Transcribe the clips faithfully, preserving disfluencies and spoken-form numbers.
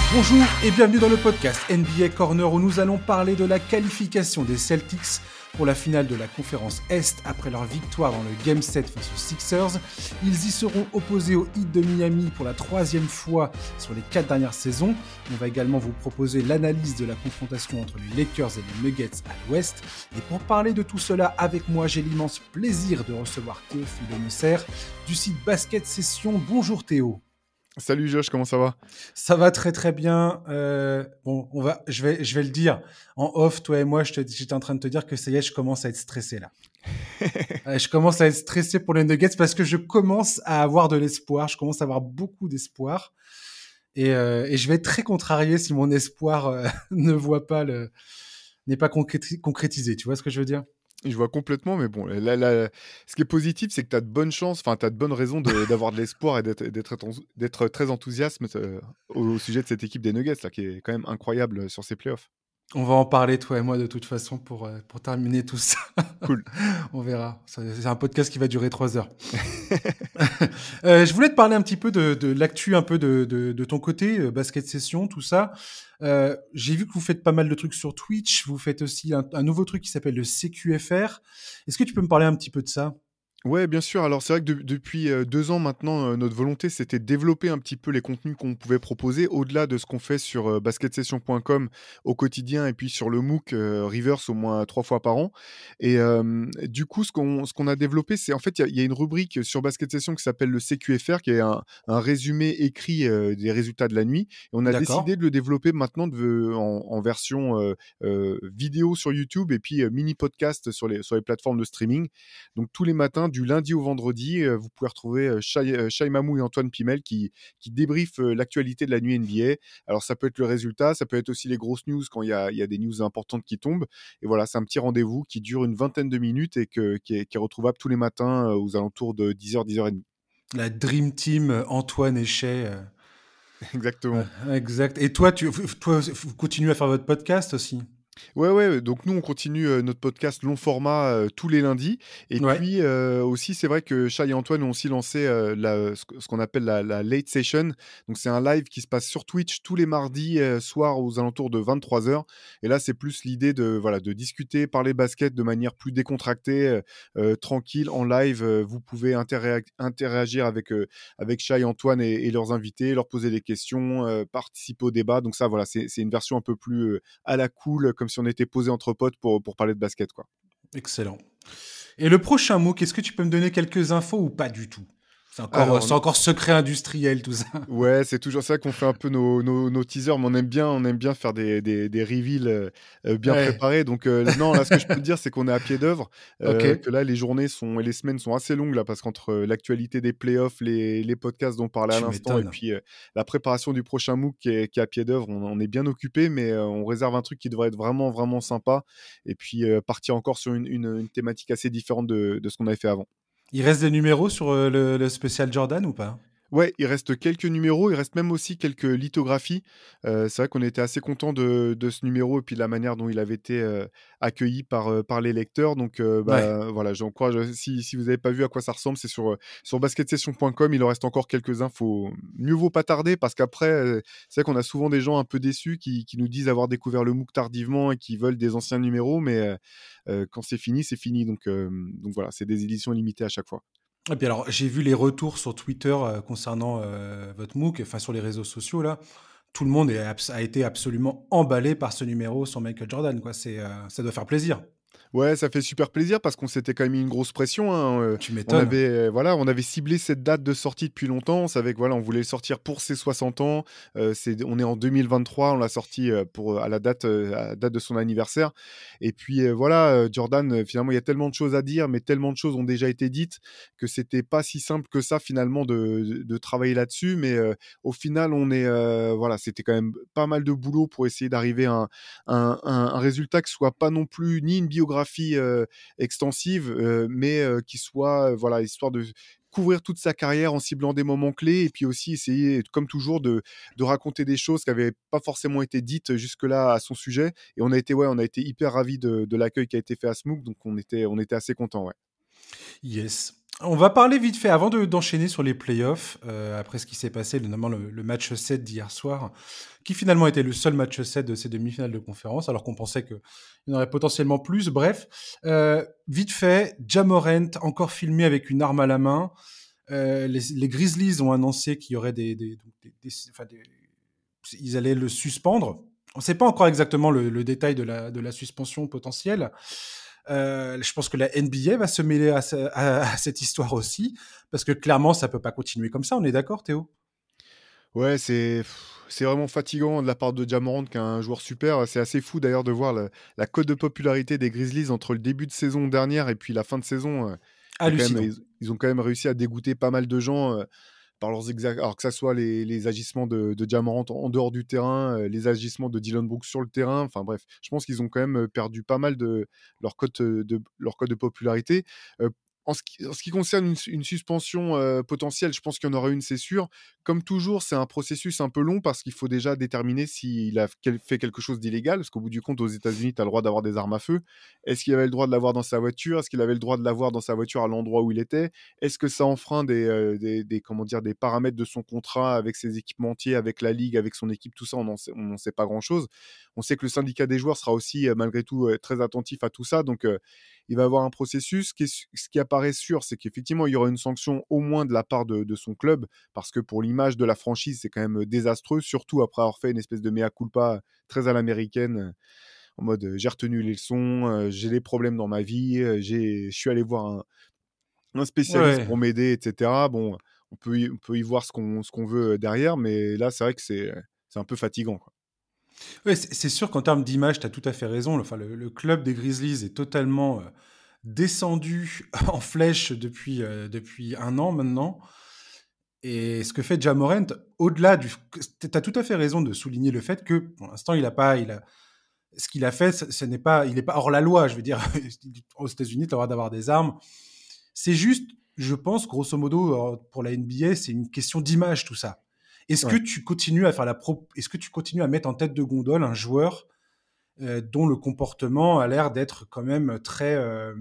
Bonjour et bienvenue dans le podcast N B A Corner où nous allons parler de la qualification des Celtics pour la finale de la conférence Est après leur victoire dans le Game sept face aux Sixers. Ils y seront opposés au Heat de Miami pour la troisième fois sur les quatre dernières saisons. On va également vous proposer l'analyse de la confrontation entre les Lakers et les Nuggets à l'Ouest. Et pour parler de tout cela avec moi, j'ai l'immense plaisir de recevoir Théophile Messer du site Basket Session. Bonjour Théo. Salut Josh, comment ça va? Ça va très très bien. Euh, bon, on va, je vais, je vais le dire en off. Toi et moi, je te, j'étais en train de te dire que ça y est, je commence à être stressé là. euh, je commence à être stressé pour les Nuggets parce que je commence à avoir de l'espoir. Je commence à avoir beaucoup d'espoir et, euh, et je vais être très contrarié si mon espoir euh, ne voit pas le, n'est pas concréti- concrétisé. Tu vois ce que je veux dire? Je vois complètement, mais bon, là, là, ce qui est positif, c'est que tu as de bonnes chances, enfin, tu as de bonnes raisons de, d'avoir de l'espoir et d'être, d'être, d'être très enthousiaste euh, au, au sujet de cette équipe des Nuggets, là, qui est quand même incroyable sur ces playoffs. On va en parler, toi et moi, de toute façon, pour, euh, pour terminer tout ça. Cool. On verra. C'est un podcast qui va durer trois heures. euh, je voulais te parler un petit peu de, de l'actu, un peu de, de, de ton côté, euh, basket session, tout ça. Euh, j'ai vu que vous faites pas mal de trucs sur Twitch. Vous faites aussi un, un nouveau truc qui s'appelle le C Q F R. Est-ce que tu peux me parler un petit peu de ça? Ouais, bien sûr. Alors, c'est vrai que de- depuis euh, deux ans maintenant, euh, notre volonté, c'était de développer un petit peu les contenus qu'on pouvait proposer, au-delà de ce qu'on fait sur euh, basket session point com au quotidien et puis sur le MOOC euh, Reverse au moins trois fois par an. Et euh, du coup, ce qu'on ce qu'on a développé, c'est en fait, il y, a- il y a une rubrique sur Basket Session qui s'appelle le C Q F R, qui est un, un résumé écrit euh, des résultats de la nuit. Et on a D'accord. décidé de le développer maintenant de- en, en version euh, euh, vidéo sur YouTube et puis euh, mini podcast sur les, sur les plateformes de streaming. Donc tous les matins, du lundi au vendredi, euh, vous pouvez retrouver euh, Shai, euh, Shai Mamou et Antoine Pimel qui, qui débriefent euh, l'actualité de la nuit N B A. Alors ça peut être le résultat, ça peut être aussi les grosses news quand il y a, il y a des news importantes qui tombent. Et voilà, c'est un petit rendez-vous qui dure une vingtaine de minutes et que, qui, est, qui est retrouvable tous les matins euh, aux alentours de dix heures, dix heures trente. La Dream Team, euh, Antoine et Shay. euh, Exactement. ouais, exact. Et toi, tu toi, vous continuez à faire votre podcast aussi? Ouais, ouais, donc nous, on continue euh, notre podcast long format euh, tous les lundis. Et Ouais. puis euh, aussi, c'est vrai que Chai et Antoine ont aussi lancé euh, la- ce que- ce qu'on appelle la, la late session. Donc c'est un live qui se passe sur Twitch tous les mardis euh, soirs aux alentours de vingt-trois heures. Et là, c'est plus l'idée de, voilà, de discuter, parler basket de manière plus décontractée, euh, euh, tranquille, en live. Euh, vous pouvez interréa- interagir avec, euh, avec Chai, Antoine et, et leurs invités, leur poser des questions, euh, participer au débat. Donc ça, voilà, c'est c'est une version un peu plus euh, à la cool, comme si on était posé entre potes pour, pour parler de basket, quoi. Excellent. Et le prochain MOOC, est-ce que tu peux me donner quelques infos ou pas du tout? C'est encore, euh, Alors, c'est encore secret industriel, tout ça. ouais, c'est toujours ça qu'on fait un peu nos, nos, nos teasers, mais on aime bien, on aime bien faire des, des, des reveals euh, euh, bien Ouais. préparés. Donc, euh, non, là, ce que je peux te dire, c'est qu'on est à pied d'œuvre, Ok. euh, que là, les journées sont, et les semaines sont assez longues, là, parce qu'entre euh, l'actualité des playoffs, les, les podcasts dont on parlait à Tu l'instant, et m'étonnes. puis euh, la préparation du prochain MOOC qui est, qui est à pied d'œuvre, on, on est bien occupé, mais euh, on réserve un truc qui devrait être vraiment, vraiment sympa, et puis euh, partir encore sur une, une, une thématique assez différente de, de ce qu'on avait fait avant. Il reste des numéros sur euh, le, le spécial Jordan ou pas? Ouais, il reste quelques numéros, il reste même aussi quelques lithographies. Heu, c'est vrai qu'on était assez content de de ce numéro et puis de la manière dont il avait été, heu, accueilli par, heu, par les lecteurs. Donc, heu, Ouais. bah, voilà, j'encourage, heu, si si vous n'avez pas vu à quoi ça ressemble, c'est sur, heu, sur basket session point com. Il en reste encore quelques-uns. Faut mieux vaut pas tarder parce qu'après, heu, c'est vrai qu'on a souvent des gens un peu déçus qui qui nous disent avoir découvert le MOOC tardivement et qui veulent des anciens numéros, mais, heu heu, quand c'est fini, c'est fini. Donc, hem, donc voilà, c'est des éditions limitées à chaque fois. Et puis alors, j'ai vu les retours sur Twitter euh, concernant euh, votre MOOC, enfin sur les réseaux sociaux là. Tout le monde est abs- a été absolument emballé par ce numéro sur Michael Jordan, quoi. C'est, euh, ça doit faire plaisir. Ouais, ça fait super plaisir parce qu'on s'était quand même mis une grosse pression, hein, heu, Tu on m'étonnes. avait, heu, voilà, on avait ciblé cette date de sortie depuis longtemps. On savait que, voilà, on voulait le sortir pour ses soixante ans. Heu, c'est on est en deux mille vingt-trois, on l'a sorti, heu, pour, heu, à la date, heu, à la date de son anniversaire et puis, heu, voilà, heu, Jordan, heu, finalement, il y a tellement de choses à dire, mais tellement de choses ont déjà été dites que c'était pas si simple que ça, finalement, de de de travailler là-dessus. Mais, heu, au final, on est, heu, voilà, c'était quand même pas mal de boulot pour essayer d'arriver à un un un un résultat qui soit pas non plus ni une biographie, heu, extensive, heu, mais heu, qui soit, heu, voilà, histoire de couvrir toute sa carrière en ciblant des moments clés et puis aussi essayer, comme toujours, de de raconter des choses qui avaient pas forcément été dites jusque-là à son sujet et on a été ouais, on a été hyper ravis de de l'accueil qui a été fait à ce MOOC, donc on était on était assez contents, ouais. Yes. On va parler vite fait, avant de, d'enchaîner sur les playoffs, euh, après ce qui s'est passé, notamment le, le match sept d'hier soir, qui finalement était le seul match sept de ces demi-finales de conférence, alors qu'on pensait qu'il y en aurait potentiellement plus. Bref, euh, vite fait, Ja Morant, encore filmé avec une arme à la main. Euh, les, les Grizzlies ont annoncé qu'il y aurait des... des, des, des, enfin des ils allaient le suspendre. On ne sait pas encore exactement le, le détail de la, de la suspension potentielle. Euh, je pense que la N B A va se mêler à, ce, à, à cette histoire aussi, parce que clairement, ça peut pas continuer comme ça. On est d'accord, Théo? Ouais, c'est c'est vraiment fatigant de la part de Ja Morant, qui est un joueur super. C'est assez fou d'ailleurs de voir le- la cote de popularité des Grizzlies entre le début de saison dernière et puis la fin de saison. euh, Il y a quand même, Hallucinant. ils, ils ont quand même réussi à dégoûter pas mal de gens euh, par leurs exacts. Alors que ça soit les, les agissements de, de Ja Morant en dehors du terrain, euh, les agissements de Dylan Brooks sur le terrain. Enfin bref, je pense qu'ils ont quand même euh, perdu pas mal de leur cote euh, de, leur cote de popularité. Euh, en ce, qui, en ce qui concerne une, une suspension euh, potentielle, je pense qu'il y en aura une, c'est sûr. Comme toujours, c'est un processus un peu long parce qu'il faut déjà déterminer s'il a quel- fait quelque chose d'illégal. Parce qu'au bout du compte, aux États-Unis, tu as le droit d'avoir des armes à feu. Est-ce qu'il avait le droit de l'avoir dans sa voiture? Est-ce qu'il avait le droit de l'avoir dans sa voiture à l'endroit où il était? Est-ce que ça enfreint des, euh, des, des- comment dire, des paramètres de son contrat avec ses équipementiers, avec la ligue, avec son équipe? Tout ça, on n'en sait, on n'en sait pas grand-chose. On sait que le syndicat des joueurs sera aussi, euh, malgré tout, euh, très attentif à tout ça. Donc, euh, il va avoir un processus. Ce qui, est- ce qui apparaît sûr, c'est qu'effectivement, il y aura une sanction au moins de la part de, de son club, parce que pour l'image de la franchise, c'est quand même désastreux, surtout après avoir fait une espèce de mea culpa très à l'américaine, euh, en mode euh, j'ai retenu les leçons, euh, j'ai des problèmes dans ma vie, euh, j'ai- je suis allé voir un, un spécialiste Ouais. pour m'aider, et cetera. Bon, on peut y, on peut y voir ce qu'on ce qu'on veut derrière, mais là, c'est vrai que c'est c'est un peu fatigant, quoi. Ouais, c'est c'est sûr qu'en termes d'image, tu as tout à fait raison. Le, enfin, le, le club des Grizzlies est totalement euh, descendu en flèche depuis, euh, depuis un an maintenant. Et ce que fait Ja Morant, au-delà du... Tu as tout à fait raison de souligner le fait que, pour l'instant, il a pas... Il a, ce qu'il a fait, ce, ce n'est pas... Il n'est pas hors la loi, je veux dire. Aux États-Unis, tu as le droit d'avoir des armes. C'est juste, je pense, grosso modo, euh, pour la N B A, c'est une question d'image, tout ça. Est-ce que Ouais. tu continues à faire la pro... Est-ce que tu continues à mettre en tête de gondole un joueur euh, dont le comportement a l'air d'être quand même très, euh,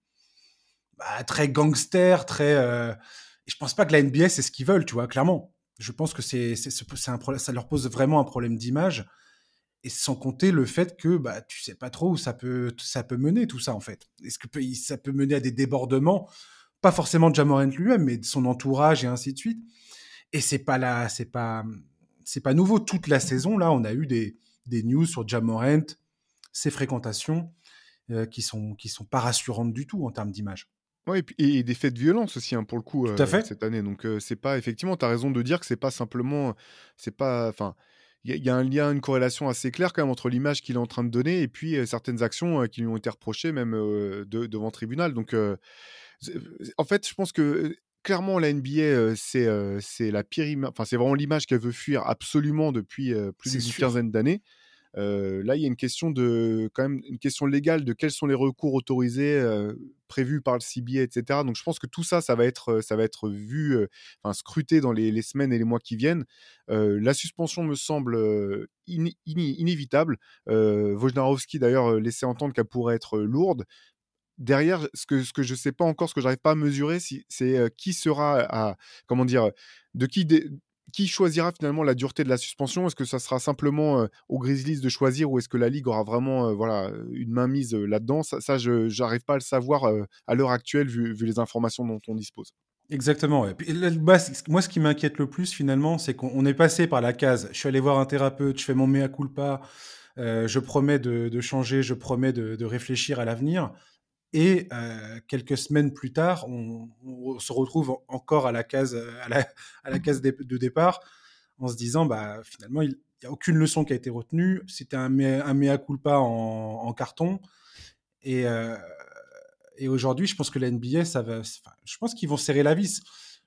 bah, très gangster, très. Euh... Et je pense pas que la N B A c'est ce qu'ils veulent, tu vois, clairement. Je pense que c'est, c'est, c'est un problème, ça leur pose vraiment un problème d'image. Et sans compter le fait que bah tu sais pas trop où ça peut ça peut mener tout ça en fait. Est-ce que peut- ça peut mener à des débordements, pas forcément de Ja Morant lui-même, mais de son entourage et ainsi de suite. Et c'est pas là, c'est pas c'est pas nouveau. Toute la saison là, on a eu des des news sur Ja Morant, ses fréquentations euh, qui sont qui sont pas rassurantes du tout en termes d'image. Ouais, et, puis, et des faits de violence aussi, hein, pour le coup, Tout à euh, fait. cette année. Donc, euh, c'est pas, effectivement, tu as raison de dire que c'est pas simplement. C'est pas. Enfin, il y, a- il y a un lien, une corrélation assez claire quand même entre l'image qu'il est en train de donner et puis euh, certaines actions euh, qui lui ont été reprochées, même euh, de- devant tribunal. Donc, euh, c'est- en fait, je pense que euh, clairement, la N B A, euh, c'est euh, c'est la pire image. Enfin, c'est vraiment l'image qu'elle veut fuir absolument depuis euh, plus C'est d'une sûr. quinzaine d'années. Heu, là, il y a une question de quand même une question légale de quels sont les recours autorisés, heu, prévus par le C B A et cetera. Donc je pense que tout ça, ça va être, heu, ça va être vu, heu, enfin scruté dans les les semaines et les mois qui viennent. Heu, la suspension me semble, heu, ini ini inévitable. Heu, Wojnarowski d'ailleurs, heu, laissait entendre qu'elle pourrait être, heu, lourde. Derrière, ce que ce que je sais pas encore, ce que j'arrive pas à mesurer, si c'est, heu, qui sera à comment dire? De qui dé qui choisira finalement la dureté de la suspension? Est-ce que ça sera simplement, heu, aux Grizzlies de choisir ou est-ce que la ligue aura vraiment, heu, voilà, heu, une mainmise, heu, là-dedans? Ça ça je j'arrive pas à le savoir, heu, à l'heure actuelle vu vu les informations dont on dispose. Exactement. Ouais. Puis, là, bah, c'est- moi, ce qui m'inquiète le plus, finalement, c'est qu'on on est passé par la case. Je suis allé voir un thérapeute, je fais mon mea culpa, euh, je promets de, de changer, je promets de, de réfléchir à l'avenir. Et euh, quelques semaines plus tard, on, on se retrouve en- encore à la case, euh, à la, à la case dé- de départ, en se disant, bah, finalement, il n'y a aucune leçon qui a été retenue. C'était un, mea- un mea culpa en, en carton. Et, euh, et aujourd'hui, je pense que la N B A, ça va, enfin, je pense qu'ils vont serrer la vis.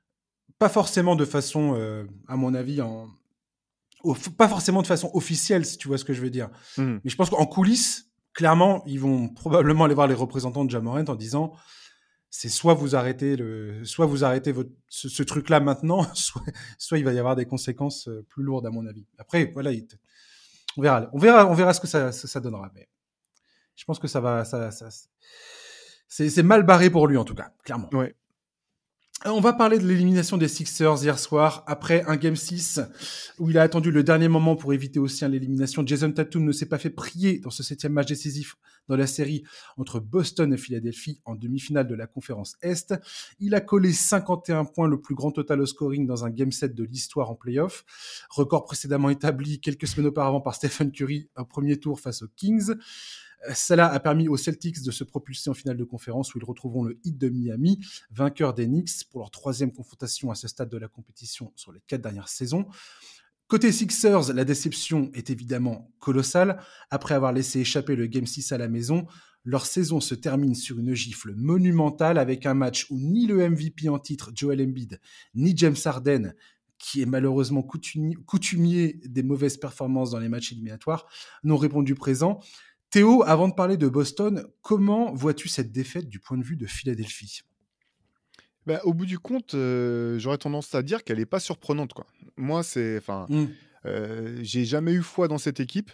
Pas forcément de façon, euh, à mon avis, en, au- pas forcément de façon officielle, si tu vois ce que je veux dire. Mmh. Mais je pense qu'en coulisses, clairement, ils vont probablement aller voir les représentants de Ja Morant en disant c'est soit vous arrêtez le, soit vous arrêtez votre, ce, ce truc-là maintenant, soit, soit il va y avoir des conséquences euh, plus lourdes à mon avis. Après, voilà, il- on verra, on verra, on verra ce que ça, ça, ça donnera. Mais je pense que ça va, ça, ça- c'est, c'est mal barré pour lui en tout cas, clairement. Ouais. On va parler de l'élimination des Sixers hier soir, après un Game six où il a attendu le dernier moment pour éviter aussi hein, l'élimination. Jason Tatum ne s'est pas fait prier dans ce septième match décisif dans la série entre Boston et Philadelphie en demi-finale de la conférence Est. Il a collé cinquante et un points, le plus grand total au scoring dans un Game sept de l'histoire en playoff. Record précédemment établi quelques semaines auparavant par Stephen Curry au premier tour face aux Kings. Cela a permis aux Celtics de se propulser en finale de conférence où ils retrouveront le Heat de Miami, vainqueur des Knicks pour leur troisième confrontation à ce stade de la compétition sur les quatre dernières saisons. Côté Sixers, la déception est évidemment colossale. Après avoir laissé échapper le Game six à la maison, leur saison se termine sur une gifle monumentale avec un match où ni le M V P en titre, Joel Embiid, ni James Harden, qui est malheureusement coutumier des mauvaises performances dans les matchs éliminatoires, n'ont répondu présent. Théo, avant de parler de Boston, comment vois-tu cette défaite du point de vue de Philadelphie ? Bah, au bout du compte, euh, j'aurais tendance à dire qu'elle n'est pas surprenante, quoi. Moi, c'est, enfin, mmh. euh, j'ai jamais eu foi dans cette équipe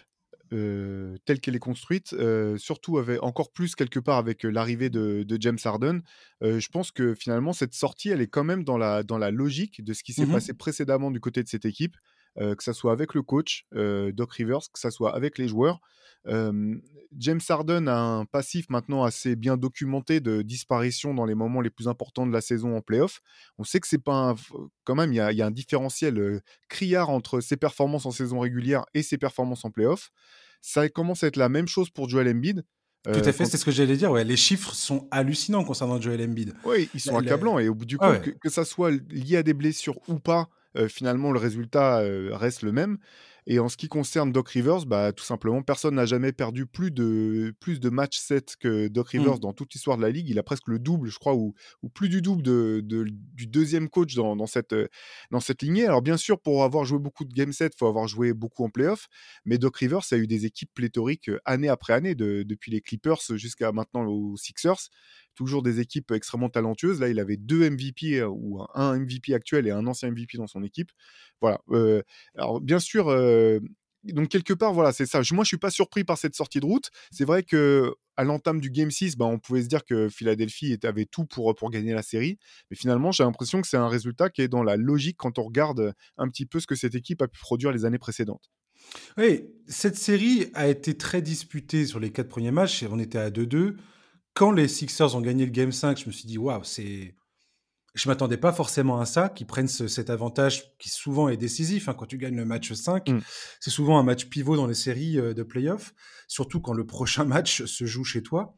euh, telle qu'elle est construite, euh, surtout avec, encore plus quelque part avec euh, l'arrivée de, de James Harden. Euh, je pense que finalement, cette sortie, elle est quand même dans la, dans la logique de ce qui s'est passé Mmh. précédemment du côté de cette équipe, euh, que ça soit avec le coach, euh, Doc Rivers, que ça soit avec les joueurs. Euh, James Harden a un passif maintenant assez bien documenté de disparition dans les moments les plus importants de la saison en playoff. On sait que c'est pas un... quand même, il y a, il y a un différentiel euh, criard entre ses performances en saison régulière et ses performances en playoff. Ça commence à être la même chose pour Joel Embiid. Tout à Euh, fait, quand... c'est ce que j'allais dire. Ouais, les chiffres sont hallucinants concernant Joel Embiid. Oui, ils sont La- la- accablants et au bout du Ah compte, ouais. que, que ça soit lié à des blessures ou pas, euh, finalement, le résultat euh, reste le même. Et en ce qui concerne Doc Rivers, bah, tout simplement, personne n'a jamais perdu plus de, plus de matchs sept que Doc Rivers Mmh. dans toute l'histoire de la Ligue. Il a presque le double, je crois, ou, ou plus du double de, de- du deuxième coach dans, dans cette, euh, dans cette lignée. Alors bien sûr, pour avoir joué beaucoup de Game sept, il faut avoir joué beaucoup en playoff. Mais Doc Rivers a eu des équipes pléthoriques euh, année après année, de- depuis les Clippers jusqu'à maintenant aux Sixers. Toujours des équipes extrêmement talentueuses. Là, il avait deux M V P euh, ou un, un M V P actuel et un ancien M V P dans son équipe. Voilà. Euh, alors, bien sûr, euh, donc quelque part, voilà, c'est ça. Je- Moi, je suis pas surpris par cette sortie de route. C'est vrai que à l'entame du Game six, bah, on pouvait se dire que Philadelphie était- avait tout pour, pour gagner la série. Mais finalement, j'ai l'impression que c'est un résultat qui est dans la logique quand on regarde un petit peu ce que cette équipe a pu produire les années précédentes. Oui, cette série a été très disputée sur les quatre premiers matchs. Et on était à deux deux. Quand les Sixers ont gagné le Game cinq, je me suis dit, waouh, c'est. Je m'attendais pas forcément à ça, qu'ils prennent ce- cet avantage qui souvent est décisif. Hein. Quand tu gagnes le match cinq, Mm. c'est souvent un match pivot dans les séries euh, de playoffs, surtout quand le prochain match se joue chez toi.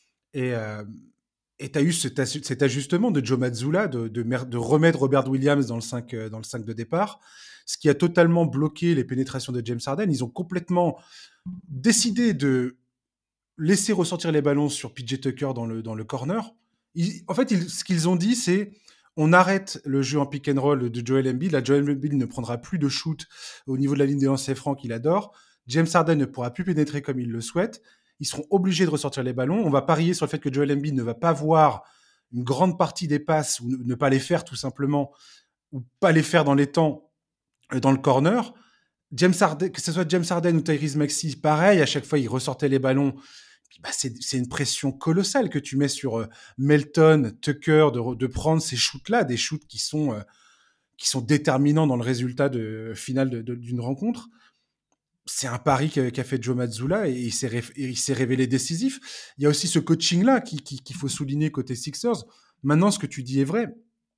Et euh, et tu as eu cet, assu- cet ajustement de Joe Mazzulla de, de, mer- de remettre Robert Williams dans le cinq, euh, dans le cinq de départ, ce qui a totalement bloqué les pénétrations de James Harden. Ils ont complètement décidé de laisser ressortir les ballons sur P J Tucker dans le, dans le corner. Ils- en fait, ils- ce qu'ils ont dit, c'est on arrête le jeu en pick and roll de Joel Embiid. Là, Joel Embiid ne prendra plus de shoot au niveau de la ligne des lancers francs qu'il adore. James Harden ne pourra plus pénétrer comme il le souhaite. Ils seront obligés de ressortir les ballons. On va parier sur le fait que Joel Embiid ne va pas voir une grande partie des passes ou ne, ne pas les faire tout simplement, ou pas les faire dans les temps euh, dans le corner. James Harden, que ce soit James Harden ou Tyrese Maxey, pareil, à chaque fois, ils ressortaient les ballons. Puis, bah, c'est, c'est une pression colossale que tu mets sur euh, Melton, Tucker, de, de prendre ces shoots-là, des shoots qui sont, euh, qui sont déterminants dans le résultat de, final de, de, d'une rencontre. C'est un pari qu'a, qu'a fait Joe Mazzulla et il s'est, ré, et il s'est révélé décisif. Il y a aussi ce coaching-là qui, qui, qu'il faut souligner côté Sixers. Maintenant, ce que tu dis est vrai.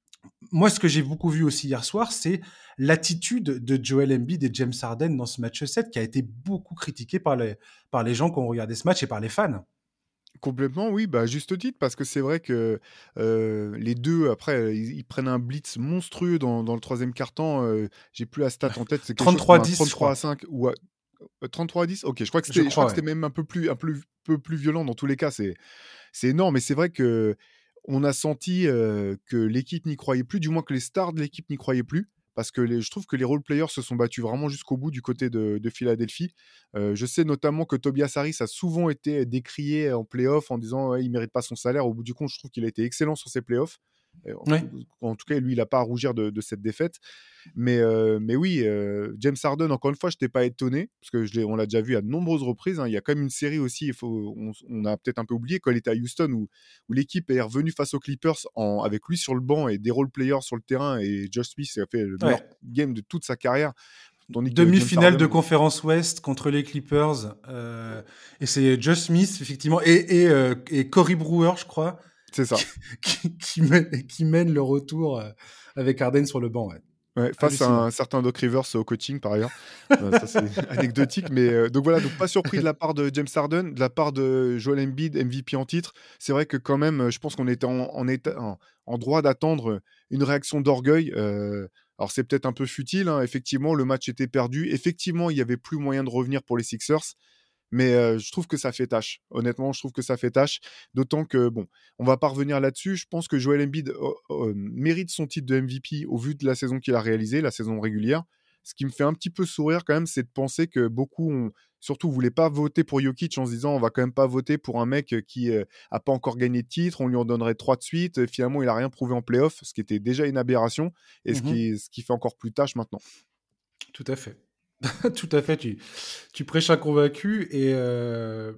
Moi, ce que j'ai beaucoup vu aussi hier soir, c'est l'attitude de Joel Embiid et James Harden dans ce match sept, qui a été beaucoup critiqué par les, par les gens qui ont regardé ce match et par les fans. Complètement, oui, bah, à juste titre, parce que c'est vrai que euh, les deux, après, euh, ils, ils prennent un blitz monstrueux dans, dans le troisième quart-temps. Euh, j'ai plus la stat en tête, c'est quelque chose trente-trois comme un dix, je trente-trois à crois. cinq ou à- euh, trente-trois à dix. Ok, je crois que Je c'était, je crois crois, que ouais. c'était même un peu plus, un plus, peu plus violent dans tous les cas. C'est, c'est énorme, mais c'est vrai que on a senti euh, que l'équipe n'y croyait plus, du moins que les stars de l'équipe n'y croyaient plus. Parce que les- je trouve que les role-players se sont battus vraiment jusqu'au bout du côté de, de Philadelphie. Euh, je sais notamment que Tobias Harris a souvent été décrié en playoff en disant ouais, il ne mérite pas son salaire. Au bout du compte, je trouve qu'il a été excellent sur ses playoffs. Et en, Ouais. tout, en tout cas, lui, il n'a pas à rougir de, de cette défaite. Mais, euh, mais oui, euh, James Harden, encore une fois, je n'étais pas étonné, parce que je l'ai- on l'a déjà vu à de nombreuses reprises. Hein. Il y a quand même une série aussi, il faut, on, on a peut-être un peu oublié, quand il était à Houston, où, où l'équipe est revenue face aux Clippers en, avec lui sur le banc et des role-players sur le terrain, et Josh Smith a fait le meilleur Ouais. game de toute sa carrière. Tandis que James Demi-finale de Harden, conférence Ouest contre les Clippers. euh, et c'est Josh Smith, effectivement, et, et, euh, et Corey Brewer, je crois, c'est ça. qui, qui, mène, qui mène le retour euh, avec Harden sur le banc. Ouais. Ouais, face à Hallucinant. un certain Doc Rivers au coaching, par ailleurs. Euh, ça, c'est anecdotique. Mais euh, donc voilà, donc pas surpris de la part de James Harden, de la part de Joel Embiid, M V P en titre. C'est vrai que quand même, euh, je pense qu'on était en, en, état, en, en droit d'attendre une réaction d'orgueil. Euh, alors c'est peut-être un peu futile, hein. Effectivement, le match était perdu. Effectivement, il n'y avait plus moyen de revenir pour les Sixers. Mais euh, je trouve que ça fait tâche. Honnêtement, je trouve que ça fait tâche. D'autant que, bon, on va pas revenir là-dessus. Je pense que Joel Embiid euh, euh, mérite son titre de M V P au vu de la saison qu'il a réalisée, la saison régulière. Ce qui me fait un petit peu sourire quand même, c'est de penser que beaucoup ont, surtout, voulaient pas voter pour Jokic en se disant on va quand même pas voter pour un mec qui euh, a pas encore gagné de titre, on lui en donnerait trois de suite. Et finalement, il a rien prouvé en playoff, ce qui était déjà une aberration et ce Mm-hmm. qui, ce qui fait encore plus tâche maintenant. Tout à fait. Tout à fait. Tu, tu prêches un convaincu. Et, euh,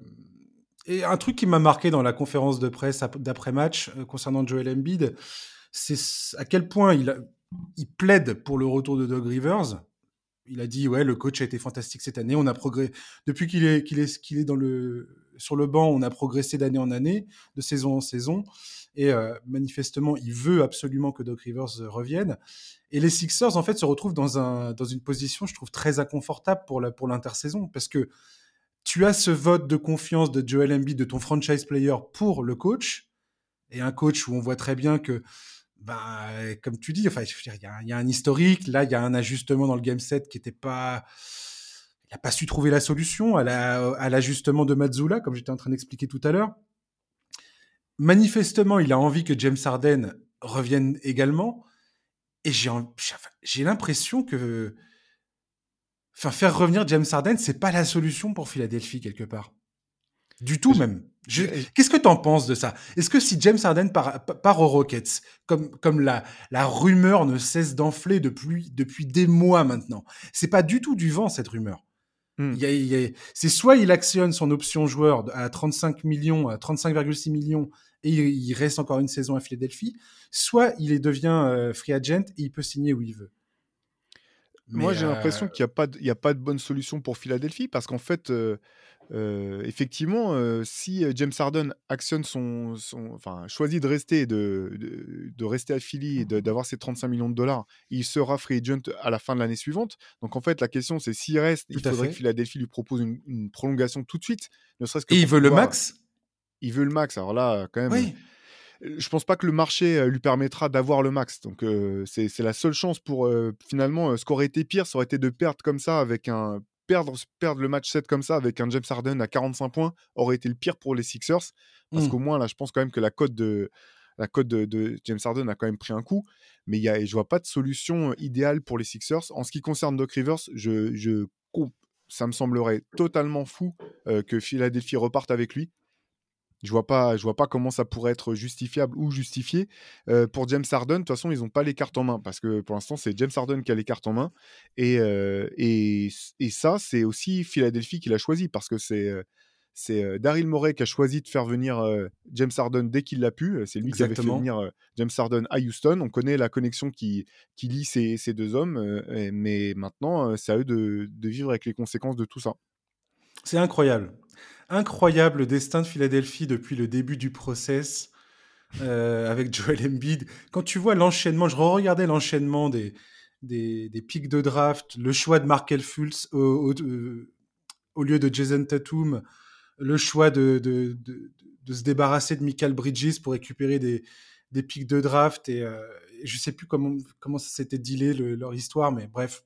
et un truc qui m'a marqué dans la conférence de presse d'après-match euh, concernant Joel Embiid, c'est à quel point il, a, il plaide pour le retour de Doug Rivers. Il a dit ouais, le coach a été fantastique cette année. On a progressé depuis qu'il est qu'il est qu'il est dans le sur le banc. On a progressé d'année en année, de saison en saison. Et euh, manifestement, il veut absolument que Doc Rivers revienne. Et les Sixers en fait se retrouvent dans un dans une position, je trouve, très inconfortable pour la pour l'intersaison parce que tu as ce vote de confiance de Joel Embiid, de ton franchise player pour le coach, et un coach où on voit très bien que bah, comme tu dis, enfin, il y, y a un historique. Là, il y a un ajustement dans le game set qui était pas. Il n'a pas su trouver la solution à, la, à l'ajustement de Mazzulla, comme j'étais en train d'expliquer tout à l'heure. Manifestement, il a envie que James Harden revienne également. Et j'ai, j'ai l'impression que. Enfin, faire revenir James Harden, c'est pas la solution pour Philadelphie, quelque part. Du tout, même. Je... Qu'est-ce que tu en penses de ça? Est-ce que si James Harden part, part aux Rockets, comme, comme la, la rumeur ne cesse d'enfler depuis, depuis des mois maintenant, c'est pas du tout du vent, cette rumeur. Mm. Il y a, il y a, c'est soit il actionne son option joueur à trente-cinq millions, à trente-cinq virgule six millions, et il, il reste encore une saison à Philadelphie, soit il devient euh, free agent et il peut signer où il veut. Mais Moi, j'ai euh... l'impression qu'il n'y a, a pas de bonne solution pour Philadelphie parce qu'en fait, euh, euh, effectivement, euh, si James Harden actionne son, son, enfin, choisit de rester, de, de, de rester à Philly et de, d'avoir ses trente-cinq millions de dollars, il sera free agent à la fin de l'année suivante. Donc en fait, la question, c'est s'il reste, Tout il à faudrait fait. que Philadelphie lui propose une, une prolongation tout de suite, ne serait-ce que Et il pour veut le pouvoir. max. Il veut le max. Alors là, quand même. Oui. Je pense pas que le marché lui permettra d'avoir le max. Donc, euh, c'est, c'est la seule chance pour, euh, finalement, euh, ce qu'aurait été pire, ça aurait été de perdre comme ça, avec un. Perdre, perdre le match sept comme ça, avec un James Harden à quarante-cinq points, aurait été le pire pour les Sixers. Parce Mm. qu'au moins, là, je pense quand même que la cote de. La cote de, de James Harden a quand même pris un coup, mais y a, je vois pas de solution idéale pour les Sixers. En ce qui concerne Doc Rivers, je, je, ça me semblerait totalement fou euh, que Philadelphie reparte avec lui. Je vois pas, je vois pas comment ça pourrait être justifiable ou justifié. Euh, pour James Harden, de toute façon, ils n'ont pas les cartes en main parce que pour l'instant, c'est James Harden qui a les cartes en main. Et, euh, et, et ça, c'est aussi Philadelphie qui l'a choisi parce que c'est, euh, c'est euh, Daryl Morey qui a choisi de faire venir euh, James Harden dès qu'il l'a pu. C'est lui qui avait fait Exactement. venir euh, James Harden à Houston. On connaît la connexion qui, qui lie ces, ces deux hommes, euh, mais maintenant, euh, c'est à eux de, de vivre avec les conséquences de tout ça. C'est incroyable. Incroyable le destin de Philadelphie depuis le début du process euh, avec Joel Embiid. Quand tu vois l'enchaînement, je re-regardais l'enchaînement des, des, des pics de draft, le choix de Markel Fultz au, au, euh, au lieu de Jason Tatum, le choix de, de, de, de se débarrasser de Michael Bridges pour récupérer des, des pics de draft. Et, euh, et je sais plus comment, comment ça s'était dealé le, leur histoire, mais bref.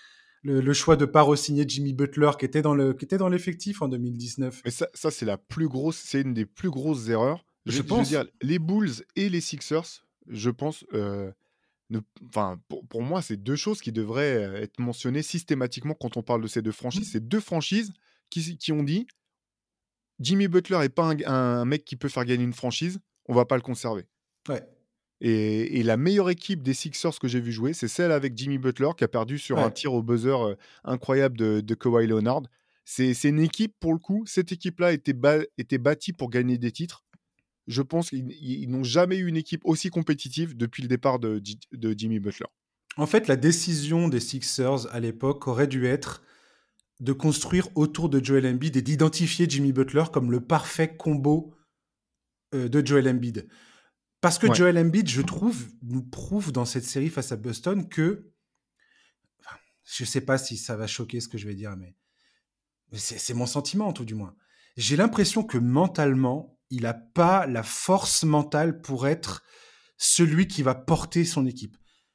Le, le choix de pas re-signer Jimmy Butler qui était dans le qui était dans l'effectif en deux mille dix-neuf. Mais ça, ça c'est la plus grosse, c'est une des plus grosses erreurs. Je, Je je veux pense. dire, les Bulls et les Sixers, je pense, euh, ne, enfin, pour, pour moi, c'est deux choses qui devraient euh, être mentionnées systématiquement quand on parle de ces deux franchises. Mmh. C'est deux franchises qui, qui ont dit Jimmy Butler est pas un, un mec qui peut faire gagner une franchise, on va pas le conserver. Ouais. Et, et la meilleure équipe des Sixers que j'ai vu jouer, c'est celle avec Jimmy Butler qui a perdu sur un Ouais. tir au buzzer euh, incroyable de, de Kawhi Leonard. C'est, c'est une équipe, pour le coup, cette équipe-là était, ba- était bâtie pour gagner des titres. Je pense qu'ils ils- ils n'ont jamais eu une équipe aussi compétitive depuis le départ de, Ji- de Jimmy Butler. En fait, la décision des Sixers à l'époque aurait dû être de construire autour de Joel Embiid et d'identifier Jimmy Butler comme le parfait combo euh, de Joel Embiid. Parce que Ouais. Joel Embiid, je trouve, nous prouve dans cette série face à Boston que, je sais pas si ça va choquer ce que je vais dire, mais mais c'est c'est mon sentiment, tout du moins. J'ai l'impression que mentalement, il n'a pas la force mentale pour être celui qui va porter son équipe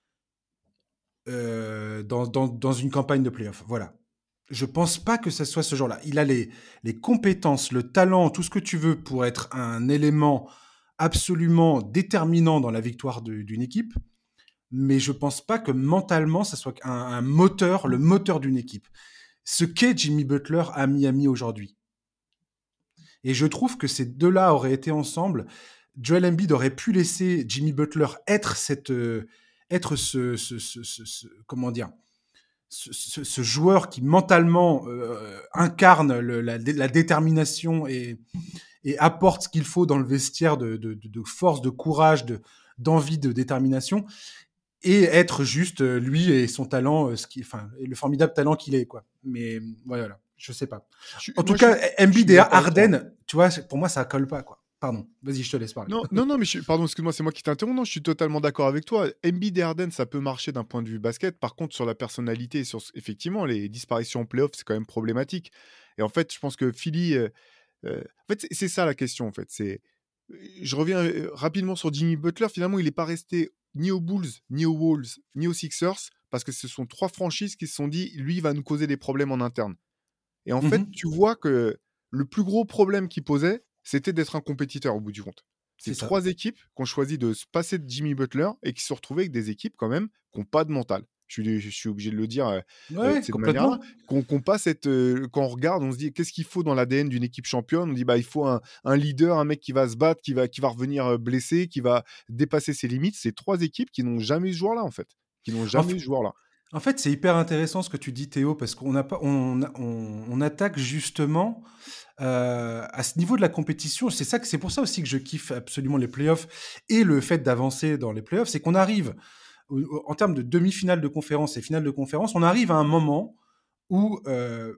euh, dans, dans, dans une campagne de playoff. Voilà. Je pense pas que ce soit ce genre-là. Il a les, les compétences, le talent, tout ce que tu veux pour être un élément absolument déterminant dans la victoire de- d'une équipe, mais je pense pas que mentalement, ça soit un, un moteur, le moteur d'une équipe. Ce qu'est Jimmy Butler à Miami aujourd'hui. Et je trouve que ces deux-là auraient été ensemble. Joel Embiid aurait pu laisser Jimmy Butler être cette, euh, être ce, ce, ce, ce, ce- comment dire, ce, ce, ce joueur qui mentalement euh, incarne le, la, la détermination et, et apporte ce qu'il faut dans le vestiaire de, de, de, de force, de courage, de, d'envie, de détermination, et être juste euh, lui et son talent, euh, ce qui, enfin, et le formidable talent qu'il est, quoi. Mais voilà, je sais pas. Je suis- En tout moi, je cas, suis, je Embiid suis et d'accord avec toi. Harden, tu vois, pour moi, ça colle pas, quoi. Pardon. Vas-y, je te laisse parler. Non, non, non, mais je suis- pardon, excuse-moi, c'est moi qui t'interromps. Non, je suis totalement d'accord avec toi. Embiid et Harden, ça peut marcher d'un point de vue basket. Par contre, sur la personnalité, sur effectivement les disparitions en playoff, c'est quand même problématique. Et en fait, je pense que Philly, euh, euh, en fait, c'est c'est ça la question. En fait, c'est, je reviens euh, rapidement sur Jimmy Butler. Finalement, il n'est pas resté ni aux Bulls, ni aux Wolves, ni aux Sixers, parce que ce sont trois franchises qui se sont dit, lui, il va nous causer des problèmes en interne. Et en fait, Mhm. tu vois que le plus gros problème qu'il posait, c'était d'être un compétiteur au bout du compte. C'est C'est ça. trois équipes qui ont choisi de se passer de Jimmy Butler et qui se sont retrouvées avec des équipes quand même qui n'ont pas de mental. Je suis, je suis obligé de le dire euh, Ouais, euh, de ouais, cette manière-là. complètement. Qu'on qu'on passe cette, euh, quand on regarde, on se dit qu'est-ce qu'il faut dans l'A D N d'une équipe championne. On dit bah il faut un, un leader, un mec qui va se battre, qui va, qui va revenir euh, blessé, qui va dépasser ses limites. C'est trois équipes qui n'ont jamais eu ce joueur-là en fait, qui n'ont En, jamais eu ce joueur-là. En fait, c'est hyper intéressant ce que tu dis, Théo, parce qu'on a pas, on, on, on attaque justement euh, à ce niveau de la compétition. C'est ça que c'est pour ça aussi que je kiffe absolument les playoffs et le fait d'avancer dans les playoffs, c'est qu'on arrive au- au- en termes de demi-finale de conférence et finale de conférence, on arrive à un moment où, euh,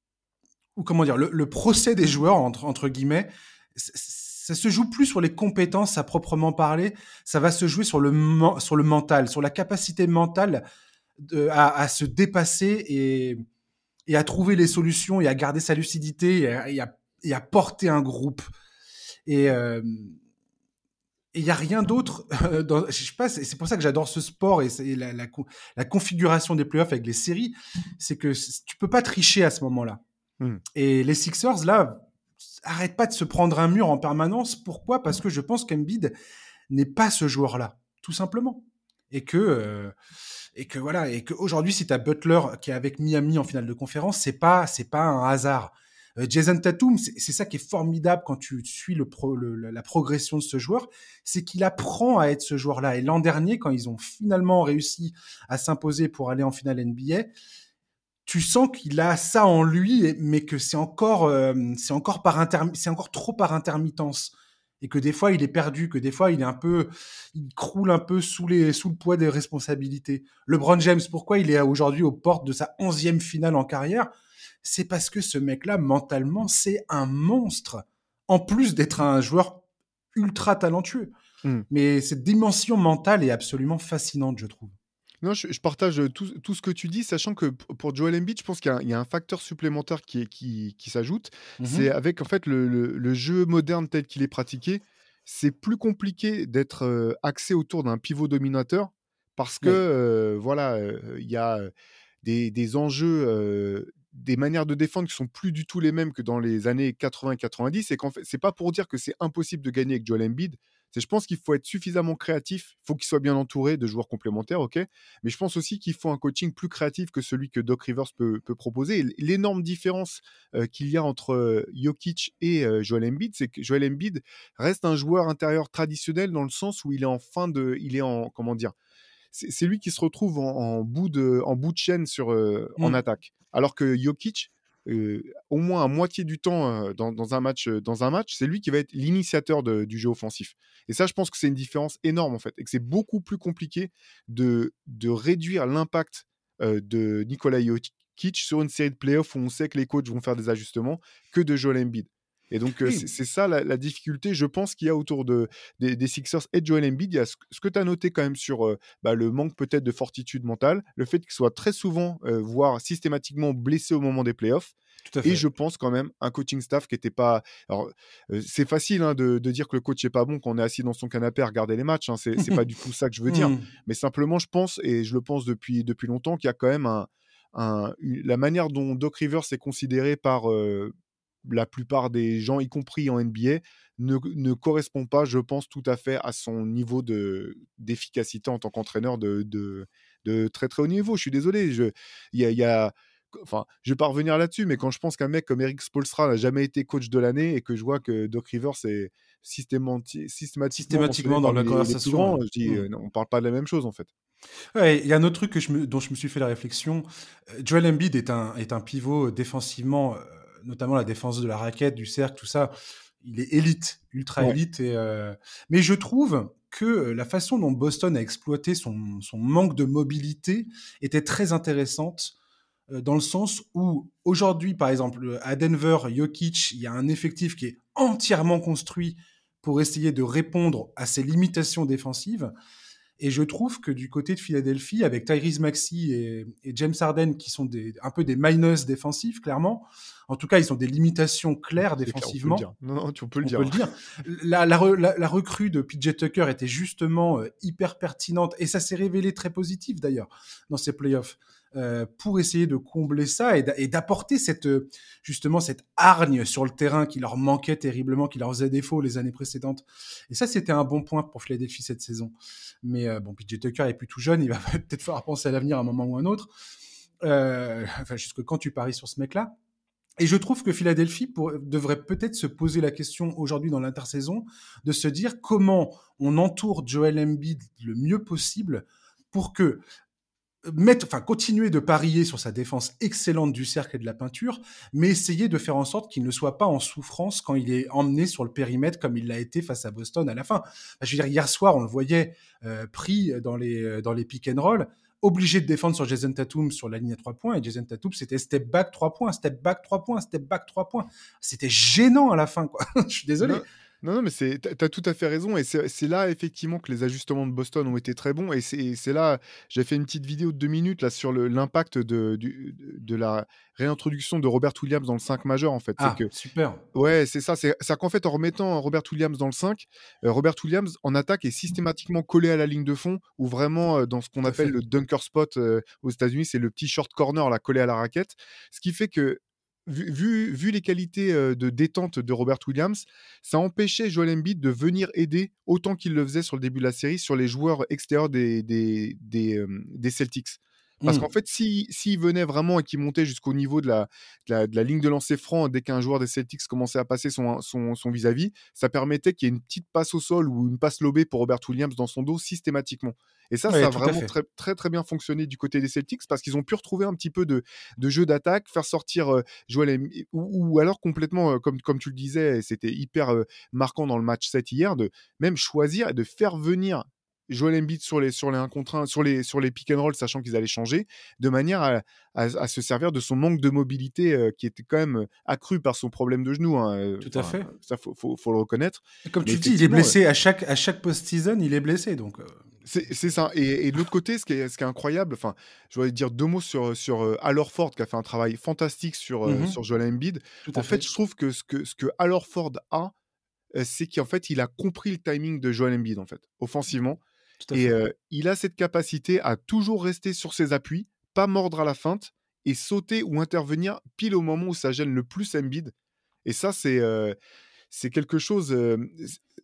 où comment dire, le, le procès des joueurs entre entre guillemets, c- ça se joue plus sur les compétences à proprement parler, ça va se jouer sur le men- sur le mental, sur la capacité mentale de- à, à se dépasser et, et à trouver les solutions et à garder sa lucidité et à, et à- et à porter un groupe. Et euh, il n'y a rien d'autre. euh, dans- je sais pas, c'est c'est pour ça que j'adore ce sport et, c'est- et la, la co- la configuration des playoffs avec les séries. C'est que c- tu peux pas tricher à ce moment-là. Hmm. Et les Sixers, là, arrêtent pas de se prendre un mur en permanence. Pourquoi? Parce que je pense qu'Embiid n'est pas ce joueur-là, tout simplement. Et que, euh, et que voilà, et qu'aujourd'hui, si tu as Butler qui est avec Miami en finale de conférence, c'est pas, c'est pas un hasard. Euh, Jason Tatum, c'est c'est ça qui est formidable quand tu suis le pro, le, la progression de ce joueur, c'est qu'il apprend à être ce joueur-là. Et l'an dernier, quand ils ont finalement réussi à s'imposer pour aller en finale N B A, tu sens qu'il a ça en lui, mais que c'est encore, euh, c'est encore par intermi- c'est encore trop par intermittence. Et que des fois, il est perdu, que des fois, il est un peu, il croule un peu sous les, sous le poids des responsabilités. LeBron James, pourquoi il est aujourd'hui aux portes de sa onzième finale en carrière? C'est parce que ce mec-là, mentalement, c'est un monstre. En plus d'être un joueur ultra talentueux. Hmm. Mais cette dimension mentale est absolument fascinante, je trouve. Non, je, je partage tout, tout ce que tu dis, sachant que p- pour Joel Embiid, je pense qu'il y, a un- il y a un facteur supplémentaire qui, est- qui, qui s'ajoute. C'est Mhm. avec en fait le, le- le jeu moderne tel qu'il est pratiqué, c'est plus compliqué d'être euh, axé autour d'un pivot dominateur parce que Oui. euh, voilà, euh, il y a euh, des, des enjeux, euh, des manières de défendre qui sont plus du tout les mêmes que dans les années quatre-vingts quatre-vingt-dix. Et qu'en fait, c'est pas pour dire que c'est impossible de gagner avec Joel Embiid. C'est, je pense qu'il faut être suffisamment créatif, il faut qu'il soit bien entouré de joueurs complémentaires, ok, mais je pense aussi qu'il faut un coaching plus créatif que celui que Doc Rivers peut, peut proposer. Et l'énorme différence euh, qu'il y a entre euh, Jokic et euh, Joel Embiid, c'est que Joel Embiid reste un joueur intérieur traditionnel dans le sens où il est en fin de, il est en, comment dire, c'est, c'est lui qui se retrouve en, en bout de, en bout de chaîne sur, euh, en Mm. attaque, alors que Jokic, euh, au moins à moitié du temps euh, dans, dans un match, euh, dans un match, c'est lui qui va être l'initiateur de- du jeu offensif. Et ça, je pense que c'est une différence énorme en fait, et que c'est beaucoup plus compliqué de, de réduire l'impact euh, de Nikola Jokic sur une série de playoffs où on sait que les coachs vont faire des ajustements que de Joel Embiid. Et donc, euh, Oui, c'est, c'est ça la, la difficulté, je pense, qu'il y a autour de, des, des Sixers et de Joel Embiid. Il y a ce, ce que tu as noté quand même sur euh, bah, le manque peut-être de fortitude mentale, le fait qu'il soit très souvent, euh, voire systématiquement blessé au moment des playoffs. tout à Et fait. je pense quand même un coaching staff qui n'était pas. Alors, euh, c'est facile hein, de, de dire que le coach n'est pas bon quand on est assis dans son canapé à regarder les matchs. Hein. C'est, c'est pas du tout ça que je veux dire. Mm. Mais simplement, je pense, et je le pense depuis, depuis longtemps, qu'il y a quand même un, un- une- la manière dont Doc Rivers est considéré par euh, la plupart des gens, y compris en N B A, ne, ne correspond pas, je pense, tout à fait à son niveau de, d'efficacité en tant qu'entraîneur de, de, de très très haut niveau. Je suis désolé. Je, il y a, il y a- enfin, je vais pas revenir là-dessus, mais quand je pense qu'un mec comme Eric Spoelstra n'a jamais été coach de l'année et que je vois que Doc Rivers est systémati- systématiquement mentionné Systématiquement dans la parmi les, les plus conversation. grands, Ouais. je dis, Mm. euh, non, on parle pas de la même chose en fait. Ouais, il y a un autre truc que je me- dont je me suis fait la réflexion. Euh, Joel Embiid est un, est un pivot défensivement, euh, notamment la défense de la raquette, du cercle, tout ça. Il est élite, ultra Ouais, élite. Et, euh, Mais je trouve que euh, la façon dont Boston a exploité son, son manque de mobilité était très intéressante euh, dans le sens où aujourd'hui, par exemple, à Denver, Jokic, il y a un effectif qui est entièrement construit pour essayer de répondre à ses limitations défensives. Et je trouve que du côté de Philadelphie, avec Tyrese Maxey et, et James Harden, qui sont des, un peu des minus défensifs, clairement, en tout cas, ils ont des limitations claires c'est clair, on peut le défensivement, dire. Non, non, tu peux le on peut dire. le dire. La, la, re- la- la recrue de P J Tucker était justement euh, hyper pertinente, et ça s'est révélé très positif d'ailleurs dans ces playoffs, euh, pour essayer de combler ça et d'a- et d'apporter cette, euh, justement cette hargne sur le terrain qui leur manquait terriblement, qui leur faisait défaut les années précédentes. Et ça, c'était un bon point pour Philadelphie cette saison. Mais euh, bon, P J Tucker est plus tout jeune, il va peut-être falloir penser à l'avenir à un moment ou à un autre. Euh, enfin, jusque quand tu paries sur ce mec-là. Et je trouve que Philadelphie pour, devrait peut-être se poser la question aujourd'hui dans l'intersaison de se dire comment on entoure Joel Embiid le mieux possible pour que mettre, enfin, continuer de parier sur sa défense excellente du cercle et de la peinture, mais essayer de faire en sorte qu'il ne soit pas en souffrance quand il est emmené sur le périmètre comme il l'a été face à Boston à la fin. Enfin, je veux dire, hier soir, on le voyait euh, pris dans les, dans les pick and roll, obligé de défendre sur Jason Tatum sur la ligne à trois points, et Jason Tatum, c'était step back trois points, step back trois points, step back trois points. C'était gênant à la fin, quoi. Je suis désolé. Non, non, non, mais c'est, t'as, t'as tout à fait raison. Et c'est, c'est là, effectivement, que les ajustements de Boston ont été très bons. Et c'est, c'est là, j'ai fait une petite vidéo de deux minutes là, sur le, l'impact de, du- de la réintroduction de Robert Williams dans le cinq majeur, en fait. C'est Ah, que, super. ouais, c'est ça. C'est, c'est qu'en fait, en remettant Robert Williams dans le cinq, euh, Robert Williams, en attaque, est systématiquement collé à la ligne de fond, ou vraiment euh, dans ce qu'on Tout à appelle fait. le dunker spot euh, aux États-Unis, c'est le petit short corner là, collé à la raquette. Ce qui fait que, vu, vu, vu les qualités euh, de détente de Robert Williams, ça empêchait Joel Embiid de venir aider autant qu'il le faisait sur le début de la série sur les joueurs extérieurs des, des, des, euh, des Celtics. Parce qu'en Mm. fait, s'il si, s'il venait vraiment et qu'il montait jusqu'au niveau de la, de la, de la ligne de lancer franc dès qu'un joueur des Celtics commençait à passer son, son, son vis-à-vis, ça permettait qu'il y ait une petite passe au sol ou une passe lobée pour Robert Williams dans son dos systématiquement. Et ça, ça Ouais, a tout à vraiment fait. très, très, très bien fonctionné du côté des Celtics parce qu'ils ont pu retrouver un petit peu de, de jeu d'attaque, faire sortir euh, Joel Embiid, ou, ou alors complètement, euh, comme, comme tu le disais, c'était hyper euh, marquant dans le match sept hier, de même choisir et de faire venir Joel Embiid sur les, sur les un contre un, sur les, sur les pick and roll, sachant qu'ils allaient changer, de manière à, à, à se servir de son manque de mobilité euh, qui était quand même euh, accru par son problème de genou. Hein, euh, Tout à Enfin, fait. ça, faut, faut, faut le reconnaître. Et comme Mais tu le dis, il est effectivement, euh, blessé à chaque, à chaque post-season, il est blessé. Donc, euh, c'est c'est ça. Et, et de l'autre côté, ce qui est, ce qui est incroyable, enfin, je voudrais dire deux mots sur, sur euh, Al Horford, qui a fait un travail fantastique sur, euh, mhm, sur Joel Embiid. tout à En fait, fait. je trouve que ce que, ce que Al Horford a, euh, c'est qu'en fait, il a compris le timing de Joel Embiid, en fait, offensivement. Tout à Et fait. euh, il a cette capacité à toujours rester sur ses appuis, pas mordre à la feinte, et sauter ou intervenir pile au moment où ça gêne le plus Embiid. Et ça, c'est euh, c'est quelque chose. euh,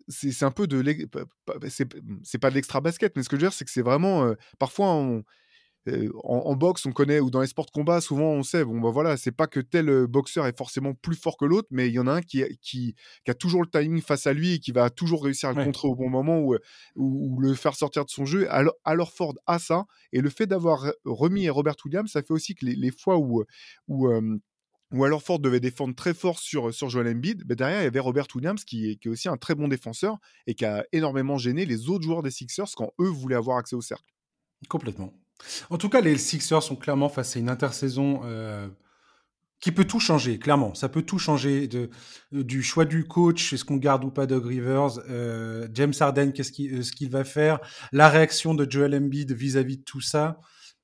c'est, c'est un peu de l'e- pa- pa- c'est, c'est pas de l'extra basket, mais ce que je veux dire, c'est que c'est vraiment euh, parfois on, euh, en, en boxe, on connaît, ou dans les sports de combat, souvent on sait, bon bah voilà, c'est pas que tel euh, boxeur est forcément plus fort que l'autre, mais il y en a un qui, qui, qui a toujours le timing face à lui et qui va toujours réussir à le Ouais, contrer au bon moment ou, ou, ou le faire sortir de son jeu. Alors, alors Ford a ça, et le fait d'avoir remis Robert Williams, ça fait aussi que les, les fois où, où euh, ou alors Ford devait défendre très fort sur, sur Joel Embiid, mais derrière il y avait Robert Williams qui est, qui est aussi un très bon défenseur et qui a énormément gêné les autres joueurs des Sixers quand eux voulaient avoir accès au cercle. complètement. En tout cas, les Sixers sont clairement face à une intersaison euh, qui peut tout changer, clairement. Ça peut tout changer de, euh, du choix du coach, est-ce qu'on garde ou pas Doug Rivers, euh, James Harden, qu'est-ce qu'il, euh, ce qu'il va faire, la réaction de Joel Embiid vis-à-vis de tout ça.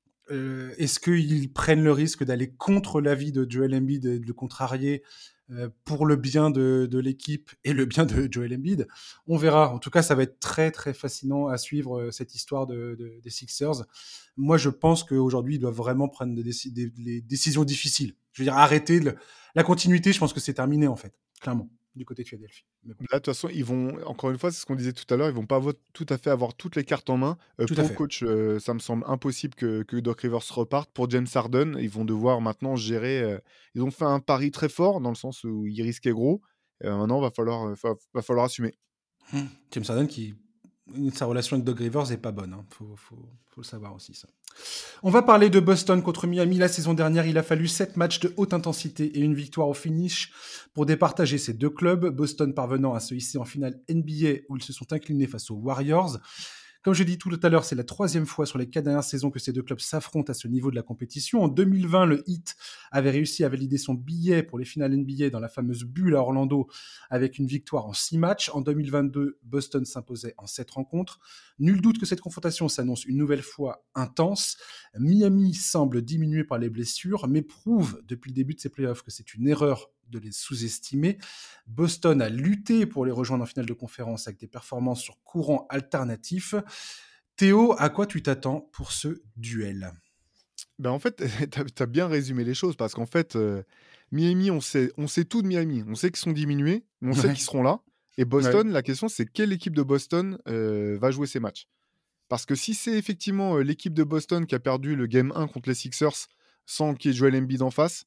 Euh, est-ce qu'ils prennent le risque d'aller contre l'avis de Joel Embiid et de le contrarier euh, pour le bien de, de l'équipe et le bien de Joel Embiid? On verra. En tout cas, ça va être très très fascinant à suivre euh, cette histoire de, de- des Sixers. Moi, je pense qu'aujourd'hui, ils doivent vraiment prendre des, déci- des- des décisions difficiles. Je veux dire, arrêter le- la continuité. Je pense que c'est terminé en fait, clairement, du côté de Philadelphie. Mais bon, Là, de toute façon, ils vont, encore une fois, c'est ce qu'on disait tout à l'heure, ils vont pas avo- tout à fait avoir toutes les cartes en main. Euh, tout à pour le fait. coach, euh, ça me semble impossible que, que Doc Rivers reparte. Pour James Harden, ils vont devoir maintenant gérer. euh, Ils ont fait un pari très fort dans le sens où ils risquaient gros. Euh, maintenant, va falloir, euh, va, va falloir assumer. Hmm. James Harden qui sa relation avec Doug Rivers est pas bonne. Hein. Faut, faut, faut le savoir aussi ça. On va parler de Boston contre Miami. La saison dernière, il a fallu sept matchs de haute intensité et une victoire au finish pour départager ces deux clubs. Boston parvenant à se hisser en finale N B A où ils se sont inclinés face aux Warriors. Comme je l'ai dit tout à l'heure, c'est la troisième fois sur les quatre dernières saisons que ces deux clubs s'affrontent à ce niveau de la compétition. En deux mille vingt, le Heat avait réussi à valider son billet pour les finales N B A dans la fameuse bulle à Orlando avec une victoire en six matchs. En deux mille vingt-deux, Boston s'imposait en sept rencontres. Nul doute que cette confrontation s'annonce une nouvelle fois intense. Miami semble diminué par les blessures, mais prouve depuis le début de ses playoffs que c'est une erreur de les sous-estimer. Boston a lutté pour les rejoindre en finale de conférence avec des performances sur courant alternatif. Théo, à quoi tu t'attends pour ce duel? Ben en fait, tu as, bien résumé les choses parce qu'en fait, euh, Miami, on sait, on sait tout de Miami. On sait qu'ils sont diminués, mais on sait Ouais, qu'ils seront là. Et ouais. Boston, la question, c'est quelle équipe de Boston euh, va jouer ces matchs. Parce que si c'est effectivement euh, l'équipe de Boston qui a perdu le game un contre les Sixers sans qu'il y ait Joel Embiid en face,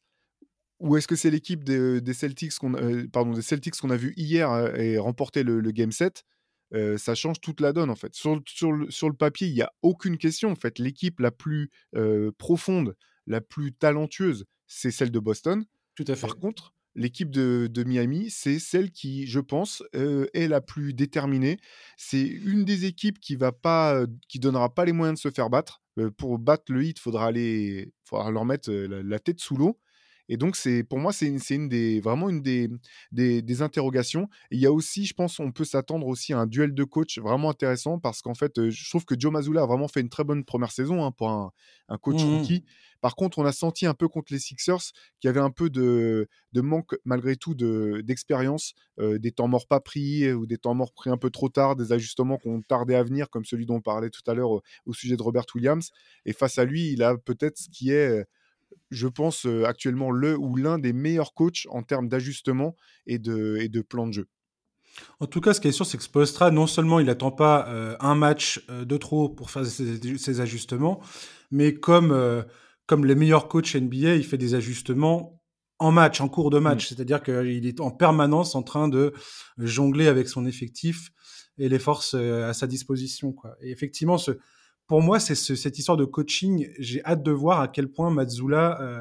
ou est-ce que c'est l'équipe des, des Celtics qu'on euh, pardon, des Celtics qu'on a vu hier euh, et remporter le, le game sept, euh, ça change toute la donne en fait. Sur, le- sur, le, sur le papier, il n'y a aucune question. En fait, l'équipe la plus euh, profonde, la plus talentueuse, c'est celle de Boston. Tout à Par fait. contre, l'équipe de, de Miami, c'est celle qui, je pense, euh, est la plus déterminée. C'est une des équipes qui va pas, euh, qui donnera pas les moyens de se faire battre. Euh, pour battre le Heat, faudra aller, faudra leur mettre euh, la, la tête sous l'eau. Et donc, c'est, pour moi, c'est une, c'est une des, vraiment une des, des, des interrogations. Et il y a aussi, je pense, on peut s'attendre aussi à un duel de coach vraiment intéressant parce qu'en fait, euh, je trouve que Joe Mazzulla a vraiment fait une très bonne première saison hein, pour un, un coach Mmh. rookie. Par contre, on a senti un peu contre les Sixers qu'il y avait un peu de, de manque, malgré tout, de, d'expérience, euh, des temps morts pas pris ou des temps morts pris un peu trop tard, des ajustements qui ont tardé à venir, comme celui dont on parlait tout à l'heure au, au sujet de Robert Williams. Et face à lui, il a peut-être ce qui est je pense, euh, actuellement le ou l'un des meilleurs coachs en termes d'ajustement et de, et de plan de jeu. En tout cas, ce qui est sûr, c'est que Spoelstra, non seulement il n'attend pas euh, un match euh, de trop pour faire ses, ses ajustements, mais comme, euh, comme les meilleurs coachs N B A, il fait des ajustements en match, en cours de Mm. match. C'est-à-dire qu'il est en permanence en train de jongler avec son effectif et les forces euh, à sa disposition, quoi. Et effectivement, ce, pour moi, c'est ce, cette histoire de coaching. J'ai hâte de voir à quel point Mazzulla euh,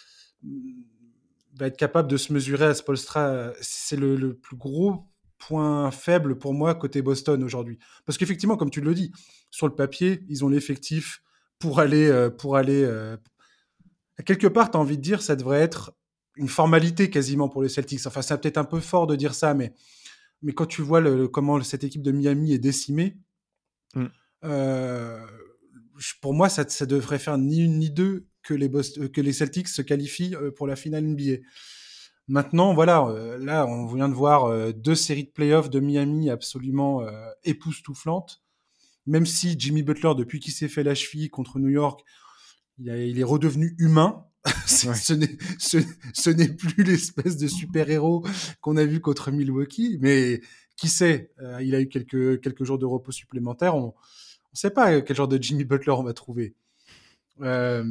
va être capable de se mesurer à Spoelstra. C'est le, le plus gros point faible pour moi côté Boston aujourd'hui. Parce qu'effectivement, comme tu le dis, sur le papier, ils ont l'effectif pour aller... euh, pour aller euh, quelque part, tu as envie de dire, ça devrait être une formalité quasiment pour les Celtics. Enfin, c'est peut-être un peu fort de dire ça, mais, mais quand tu vois le, comment cette équipe de Miami est décimée, Mm. euh, pour moi, ça, ça devrait faire ni une ni deux que les, Boston, que les Celtics se qualifient pour la finale N B A. Maintenant, voilà, euh, là, on vient de voir euh, deux séries de playoffs de Miami absolument euh, époustouflantes. Même si Jimmy Butler, depuis qu'il s'est fait la cheville contre New York, il, a, il est redevenu humain. Ouais. ce n'est ce, ce n'est plus l'espèce de super-héros qu'on a vu contre Milwaukee, mais qui sait, euh, il a eu quelques, quelques jours de repos supplémentaires. On ne sait pas quel genre de Jimmy Butler on va trouver. Euh,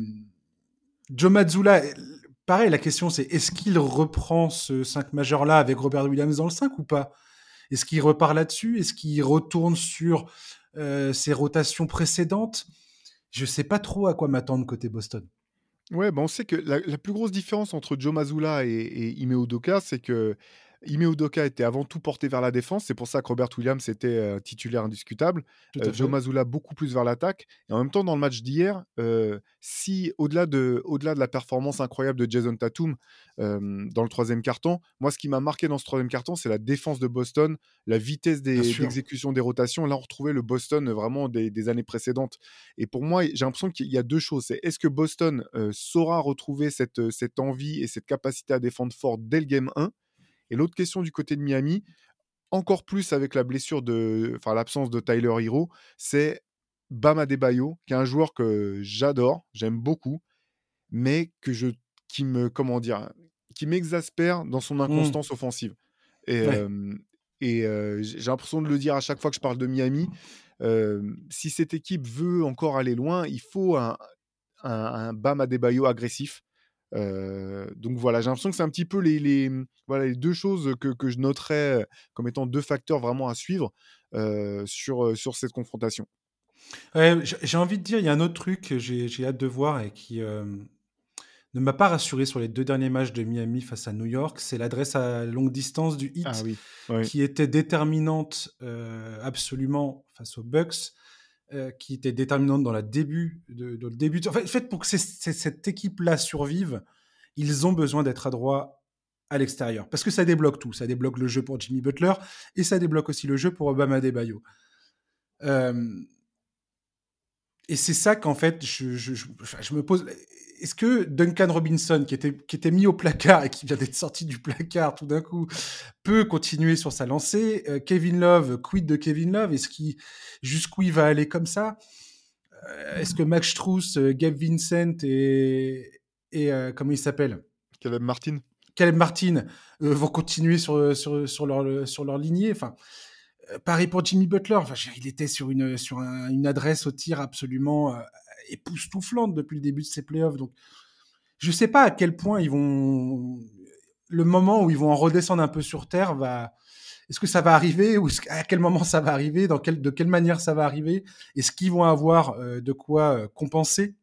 Joe Mazzulla, pareil, la question c'est est-ce qu'il reprend ce cinq majeur-là avec Robert Williams dans le cinq ou pas? Est-ce qu'il repart là-dessus? Est-ce qu'il retourne sur euh, ses rotations précédentes? Je ne sais pas trop à quoi m'attendre côté Boston. Ouais, bah, on sait que la, la plus grosse différence entre Joe Mazzulla et, et Ime Udoka, c'est que Ime Udoka était avant tout porté vers la défense. C'est pour ça que Robert Williams était euh, titulaire indiscutable. Tout Euh, à Joe fait. Mazzulla beaucoup plus vers l'attaque. Et en même temps, dans le match d'hier, euh, si au-delà de, au-delà de la performance incroyable de Jason Tatum euh, dans le troisième quart-temps, moi, ce qui m'a marqué dans ce troisième quart-temps, c'est la défense de Boston, la vitesse Bien des- sûr. d'exécution des rotations. Là, on retrouvait le Boston euh, vraiment des, des années précédentes. Et pour moi, j'ai l'impression qu'il y a deux choses. C'est est-ce que Boston euh, saura retrouver cette, euh, cette envie et cette capacité à défendre fort dès le game un? Et l'autre question du côté de Miami, encore plus avec la blessure de, enfin l'absence de Tyler Hero, c'est Bam Adebayo, qui est un joueur que j'adore, j'aime beaucoup, mais que je, qui me, comment dire, qui m'exaspère dans son Mmh. inconstance offensive. Et, Ouais. euh, et euh, j'ai l'impression de le dire à chaque fois que je parle de Miami. Euh, si cette équipe veut encore aller loin, il faut un, un, un Bam Adebayo agressif. Euh, donc voilà, j'ai l'impression que c'est un petit peu les, les, voilà, les deux choses que, que je noterais comme étant deux facteurs vraiment à suivre euh, sur, sur cette confrontation. Ouais, j'ai j'ai envie de dire, il y a un autre truc que j'ai j'ai hâte de voir et qui euh, ne m'a pas rassuré sur les deux derniers matchs de Miami face à New York, c'est l'adresse à longue distance du Ah Heat oui, oui. qui était déterminante euh, absolument face aux Bucks, euh, qui était déterminante dans, la début de, dans le début. De... En fait, en fait, pour que c'est- c'est- cette équipe-là survive, ils ont besoin d'être adroits à l'extérieur. Parce que ça débloque tout. Ça débloque le jeu pour Jimmy Butler et ça débloque aussi le jeu pour Obama Adebayo. Euh, et c'est ça qu'en fait, je, je, je, je me pose. Est-ce que Duncan Robinson, qui était, qui était mis au placard et qui vient d'être sorti du placard tout d'un coup, peut continuer sur sa lancée? euh, Kevin Love, quid de Kevin Love? Est-ce qu'il, jusqu'où il va aller comme ça? euh, Est-ce que Max Strus, euh, Gabe Vincent et, et euh, comment il s'appelle? Caleb Martin. Caleb Martin euh, vont continuer sur, sur, sur, leur, sur leur lignée? Enfin, euh, pareil pour Jimmy Butler. Enfin, je veux dire, il était sur une, sur un- une adresse au tir absolument euh, époustouflante depuis le début de ses playoffs. Donc, je sais pas à quel point ils vont. Le moment où ils vont en redescendre un peu sur terre va. Est-ce que ça va arriver ou est-ce que- à quel moment ça va arriver? Dans quel, de quelle manière ça va arriver? Est-ce qu'ils vont avoir euh, de quoi euh, compenser?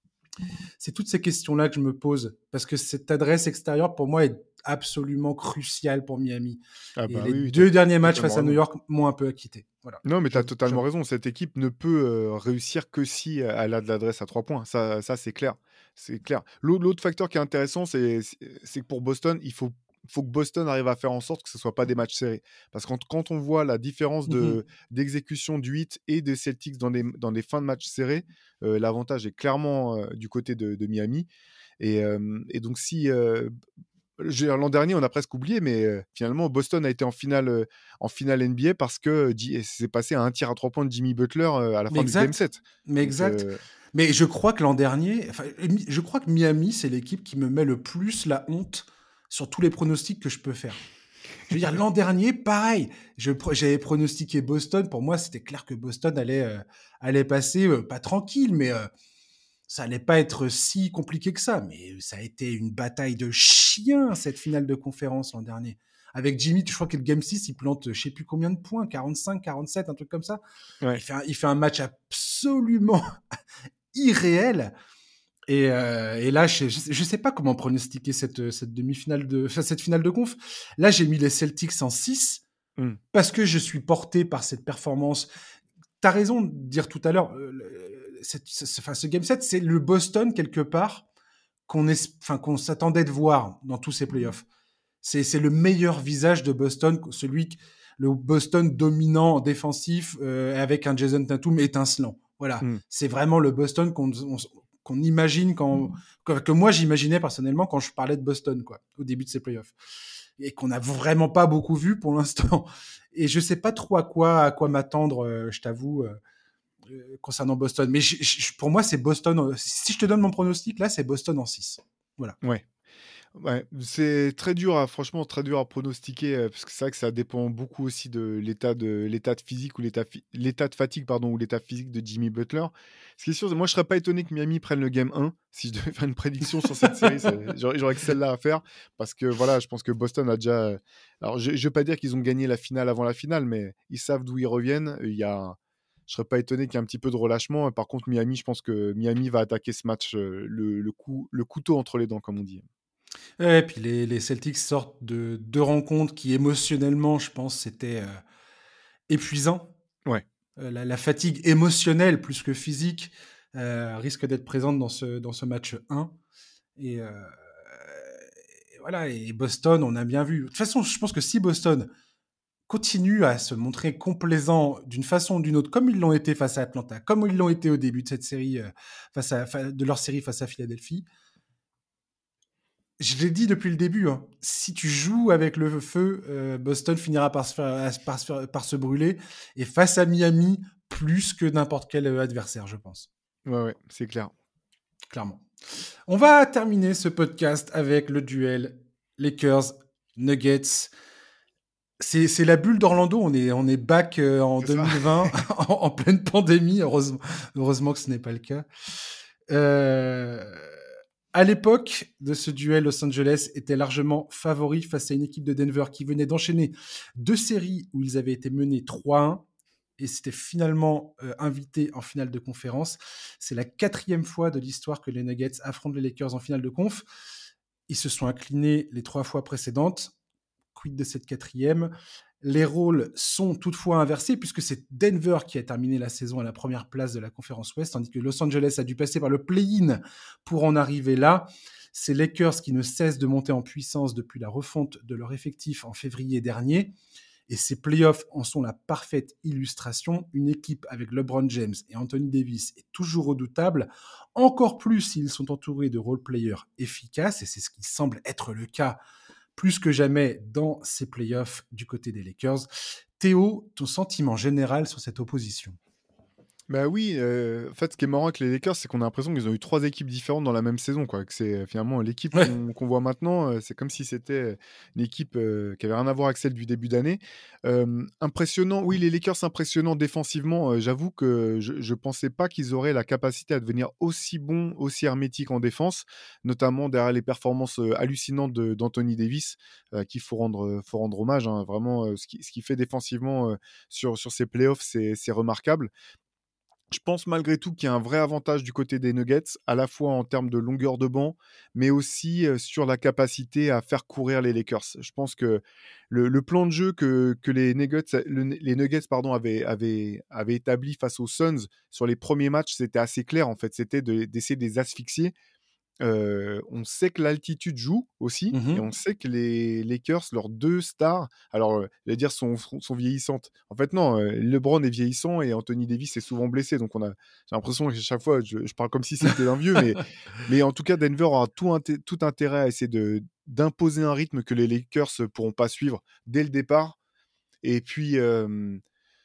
C'est toutes ces questions-là que je me pose parce que cette adresse extérieure pour moi est absolument cruciale pour Miami. Ah Et bah les oui, oui, t'as deux derniers matchs totalement face à New raison. York m'ont un peu acquitté. Voilà. Non, mais tu Je, as je... totalement raison. Cette équipe ne peut euh, réussir que si elle a de l'adresse à trois points. Ça, ça c'est clair. C'est clair. L'autre l'autre facteur qui est intéressant, c'est c'est- c'est que pour Boston, il faut, faut que Boston arrive à faire en sorte que ce ne soit pas des matchs serrés. Parce que quand, quand on voit la différence Mhm. de, d'exécution du Heat et des Celtics dans des, dans des fins de matchs serrés, euh, l'avantage est clairement euh, du côté de, de Miami. Et, euh, et donc, si euh, je veux dire, l'an dernier, on a presque oublié, mais euh, finalement, Boston a été en finale, euh, en finale N B A parce que J- c'est passé à un tir à trois points de Jimmy Butler euh, à la Mais fin du Game exact. sept. Mais Donc, exact. euh, Mais je crois que l'an dernier, enfin, je crois que Miami, c'est l'équipe qui me met le plus la honte sur tous les pronostics que je peux faire. Je veux dire, l'an dernier, pareil, je, j'avais pronostiqué Boston. Pour moi, c'était clair que Boston allait, euh, allait passer, euh, pas tranquille, mais euh, ça allait pas être si compliqué que ça. Mais ça a été une bataille de chiens, cette finale de conférence l'an dernier. Avec Jimmy, je crois que le Game six, il plante je sais plus combien de points, quarante-cinq, quarante-sept, un truc comme ça. Il ouais. fait un, il fait un match absolument irréel. Et, euh, et là, je, je sais pas comment pronostiquer cette, cette demi-finale de, enfin, cette finale de conf. Là, j'ai mis les Celtics en six Mm. parce que je suis porté par cette performance. T'as raison de dire tout à l'heure, euh, cette, ce, enfin, ce game set, c'est le Boston quelque part qu'on est, enfin, qu'on s'attendait de voir dans tous ces playoffs. C'est, c'est le meilleur visage de Boston, celui, le Boston dominant défensif euh, avec un Jason Tatum étincelant. Voilà, Mm. c'est vraiment le Boston qu'on, on, qu'on imagine quand, que moi j'imaginais personnellement quand je parlais de Boston, quoi, au début de ces playoffs, et qu'on n'a vraiment pas beaucoup vu pour l'instant. Et je sais pas trop à quoi, à quoi m'attendre, euh, je t'avoue, euh, euh, concernant Boston. Mais j- j- pour moi, c'est Boston. euh, Si je te donne mon pronostic, là, c'est Boston en six. Voilà. Ouais. Ouais, c'est très dur à franchement très dur à pronostiquer, heu, parce que c'est vrai que ça dépend beaucoup aussi de l'état de l'état de physique ou l'état phy l'état de fatigue pardon ou l'état physique de Jimmy Butler. Ce qui est sûr, moi je serais pas étonné que Miami prenne le game un. Si je devais faire une prédiction sur cette série, c'est j'aurais j'aurais que celle-là à faire parce que voilà, je pense que Boston a déjà, heu, alors je je vais pas dire qu'ils ont gagné la finale avant la finale, mais ils savent d'où ils reviennent. Il y a Je serais pas étonné qu'il y ait un petit peu de relâchement. Par contre Miami, je pense que Miami va attaquer ce match, heu, le le cou le couteau entre les dents comme on dit. Ouais, puis les, les Celtics sortent de deux rencontres qui émotionnellement, je pense, c'était euh, épuisant. Ouais. Euh, la, la fatigue émotionnelle plus que physique euh, risque d'être présente dans ce, dans ce match un. Et, euh, et voilà, et Boston, on a bien vu. De toute façon, je pense que si Boston continue à se montrer complaisant d'une façon ou d'une autre, comme ils l'ont été face à Atlanta, comme ils l'ont été au début de cette série, euh, face à, fa- de leur série face à Philadelphie, je l'ai dit depuis le début, hein, si tu joues avec le feu, euh, Boston finira par se, faire, par, se faire- par se brûler. Et face à Miami, plus que n'importe quel euh, adversaire, je pense. Ouais, ouais, c'est clair. Clairement. On va terminer ce podcast avec le duel Lakers-Nuggets. C'est, c'est la bulle d'Orlando. On est, on est back euh, en C'est ça. deux mille vingt, en, en pleine pandémie. Heureusement, heureusement que ce n'est pas le cas. Euh, à l'époque de ce duel, Los Angeles était largement favori face à une équipe de Denver qui venait d'enchaîner deux séries où ils avaient été menés trois un et s'étaient finalement euh, invités en finale de conférence. C'est la quatrième fois de l'histoire que les Nuggets affrontent les Lakers en finale de conf. Ils se sont inclinés les trois fois précédentes. Quid de cette quatrième? Les rôles sont toutefois inversés puisque c'est Denver qui a terminé la saison à la première place de la conférence Ouest, tandis que Los Angeles a dû passer par le play-in pour en arriver là. C'est Lakers qui ne cessent de monter en puissance depuis la refonte de leur effectif en février dernier. Et ces playoffs en sont la parfaite illustration. Une équipe avec LeBron James et Anthony Davis est toujours redoutable, encore plus s'ils sont entourés de role-players efficaces, et c'est ce qui semble être le cas plus que jamais dans ces playoffs du côté des Lakers. Théo, ton sentiment général sur cette opposition? Bah oui, heu, en fait, ce qui est marrant avec les Lakers, c'est qu'on a l'impression qu'ils ont eu trois équipes différentes dans la même saison, quoi. Que c'est, heu, finalement l'équipe Ouais. qu'on qu'on voit maintenant, heu, c'est comme si c'était, heu, une équipe, heu, qui avait rien à voir avec celle du début d'année. Hem, impressionnant, oui, les Lakers impressionnants défensivement, heu, j'avoue que je je pensais pas qu'ils auraient la capacité à devenir aussi bons, aussi hermétiques en défense, notamment derrière les performances, heu, hallucinantes de d'Anthony Davis, heu, à qui il faut rendre, heu, faut rendre hommage, hein. Vraiment, heu, ce qu'il ce qu'il fait défensivement, heu, sur sur ces playoffs, c'est c'est remarquable. Je pense malgré tout qu'il y a un vrai avantage du côté des Nuggets, à la fois en termes de longueur de banc, mais aussi, heu, sur la capacité à faire courir les Lakers. Je pense que le le plan de jeu que que les Nuggets le les Nuggets pardon avaient avaient avaient établi face aux Suns sur les premiers matchs, c'était assez clair en fait. C'était de d'essayer de les asphyxier. Heu, on sait que l'altitude joue aussi et on Mhm. sait que les Lakers, leurs deux stars, alors, heu, j'allais dire sont sont sont vieillissantes. En fait non, heu, LeBron est vieillissant et Anthony Davis est souvent blessé, donc on a j'ai l'impression qu'à chaque fois je je parle comme si c'était un vieux, mais mais en tout cas Denver aura tout inté tout intérêt à essayer de d'imposer un rythme que les Lakers ne pourront pas suivre dès le départ et puis, hem,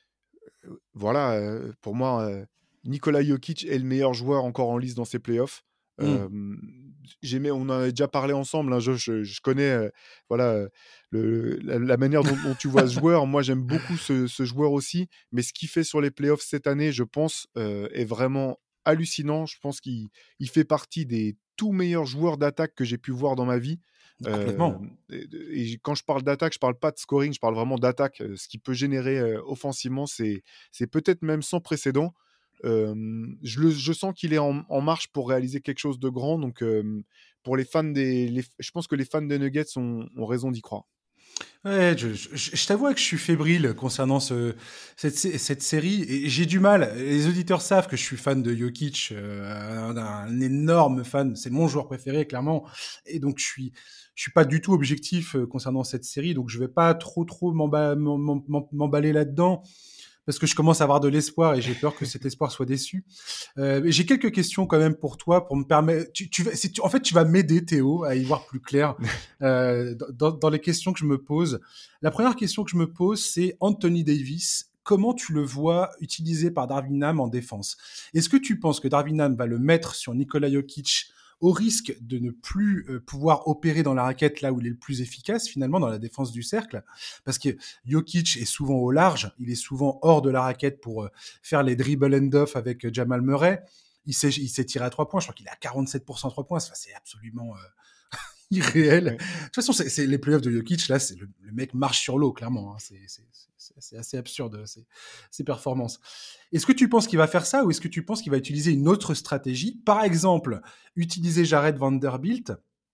voilà, heu, pour moi, heu, Nikola Jokic est le meilleur joueur encore en lice dans ces playoffs. Mm. Hem, j'aimais on en a déjà parlé ensemble, hein, je je je connais, heu, voilà, heu, le la la manière dont dont tu vois ce joueur. Moi, j'aime beaucoup ce ce joueur aussi, mais ce qu'il fait sur les playoffs cette année, je pense, heu, est vraiment hallucinant. Je pense qu'il il fait partie des tout meilleurs joueurs d'attaque que j'ai pu voir dans ma vie. Complètement. Hem et de et j quand je parle d'attaque, je parle pas de scoring, je parle vraiment d'attaque. Heu, ce qu'il peut générer, heu, offensivement, c'est c'est peut-être même sans précédent. Hem, je le je sens qu'il est en en marche pour réaliser quelque chose de grand donc hem, pour les fans des les je pense que les fans des Nuggets ont ont raison d'y croire. Ouais, je, je, je t'avoue que je suis fébrile concernant ce, cette, sé- cette série et j'ai du mal. Les auditeurs savent que je suis fan de Jokic, euh, un, un énorme fan. C'est mon joueur préféré, clairement. Et donc, je suis, je suis pas du tout objectif euh, concernant cette série. Donc, je vais pas trop, trop m'emba- m'em- m'em- m'emballer là-dedans parce que je commence à avoir de l'espoir et j'ai peur que cet espoir soit déçu. Euh, mais j'ai quelques questions quand même pour toi, pour me permettre. Tu, tu, vas- c'est- tu- en fait, tu vas m'aider, Théo, à y voir plus clair euh, dans, dans les questions que je me pose. La première question que je me pose, c'est Anthony Davis. Comment tu le vois utilisé par Darvin Ham en défense? Est-ce que tu penses que Darvin Ham va le mettre sur Nikola Jokic au risque de ne plus euh, pouvoir opérer dans la raquette là où il est le plus efficace, finalement, dans la défense du cercle. Parce que Jokic est souvent au large, il est souvent hors de la raquette pour euh, faire les dribble end-off avec euh, Jamal Murray. Il s'est, il s'est tiré à trois points, je crois qu'il est à quarante-sept pour cent à trois points, enfin, c'est absolument euh, irréel. Ouais. De toute façon, c'est, c'est les playoffs de Jokic, là, c'est le, le mec marche sur l'eau, clairement. Hein. C'est, c'est, c'est, c'est assez absurde, ces, ces performances. Est-ce que tu penses qu'il va faire ça ou est-ce que tu penses qu'il va utiliser une autre stratégie? Par exemple, utiliser Jared Vanderbilt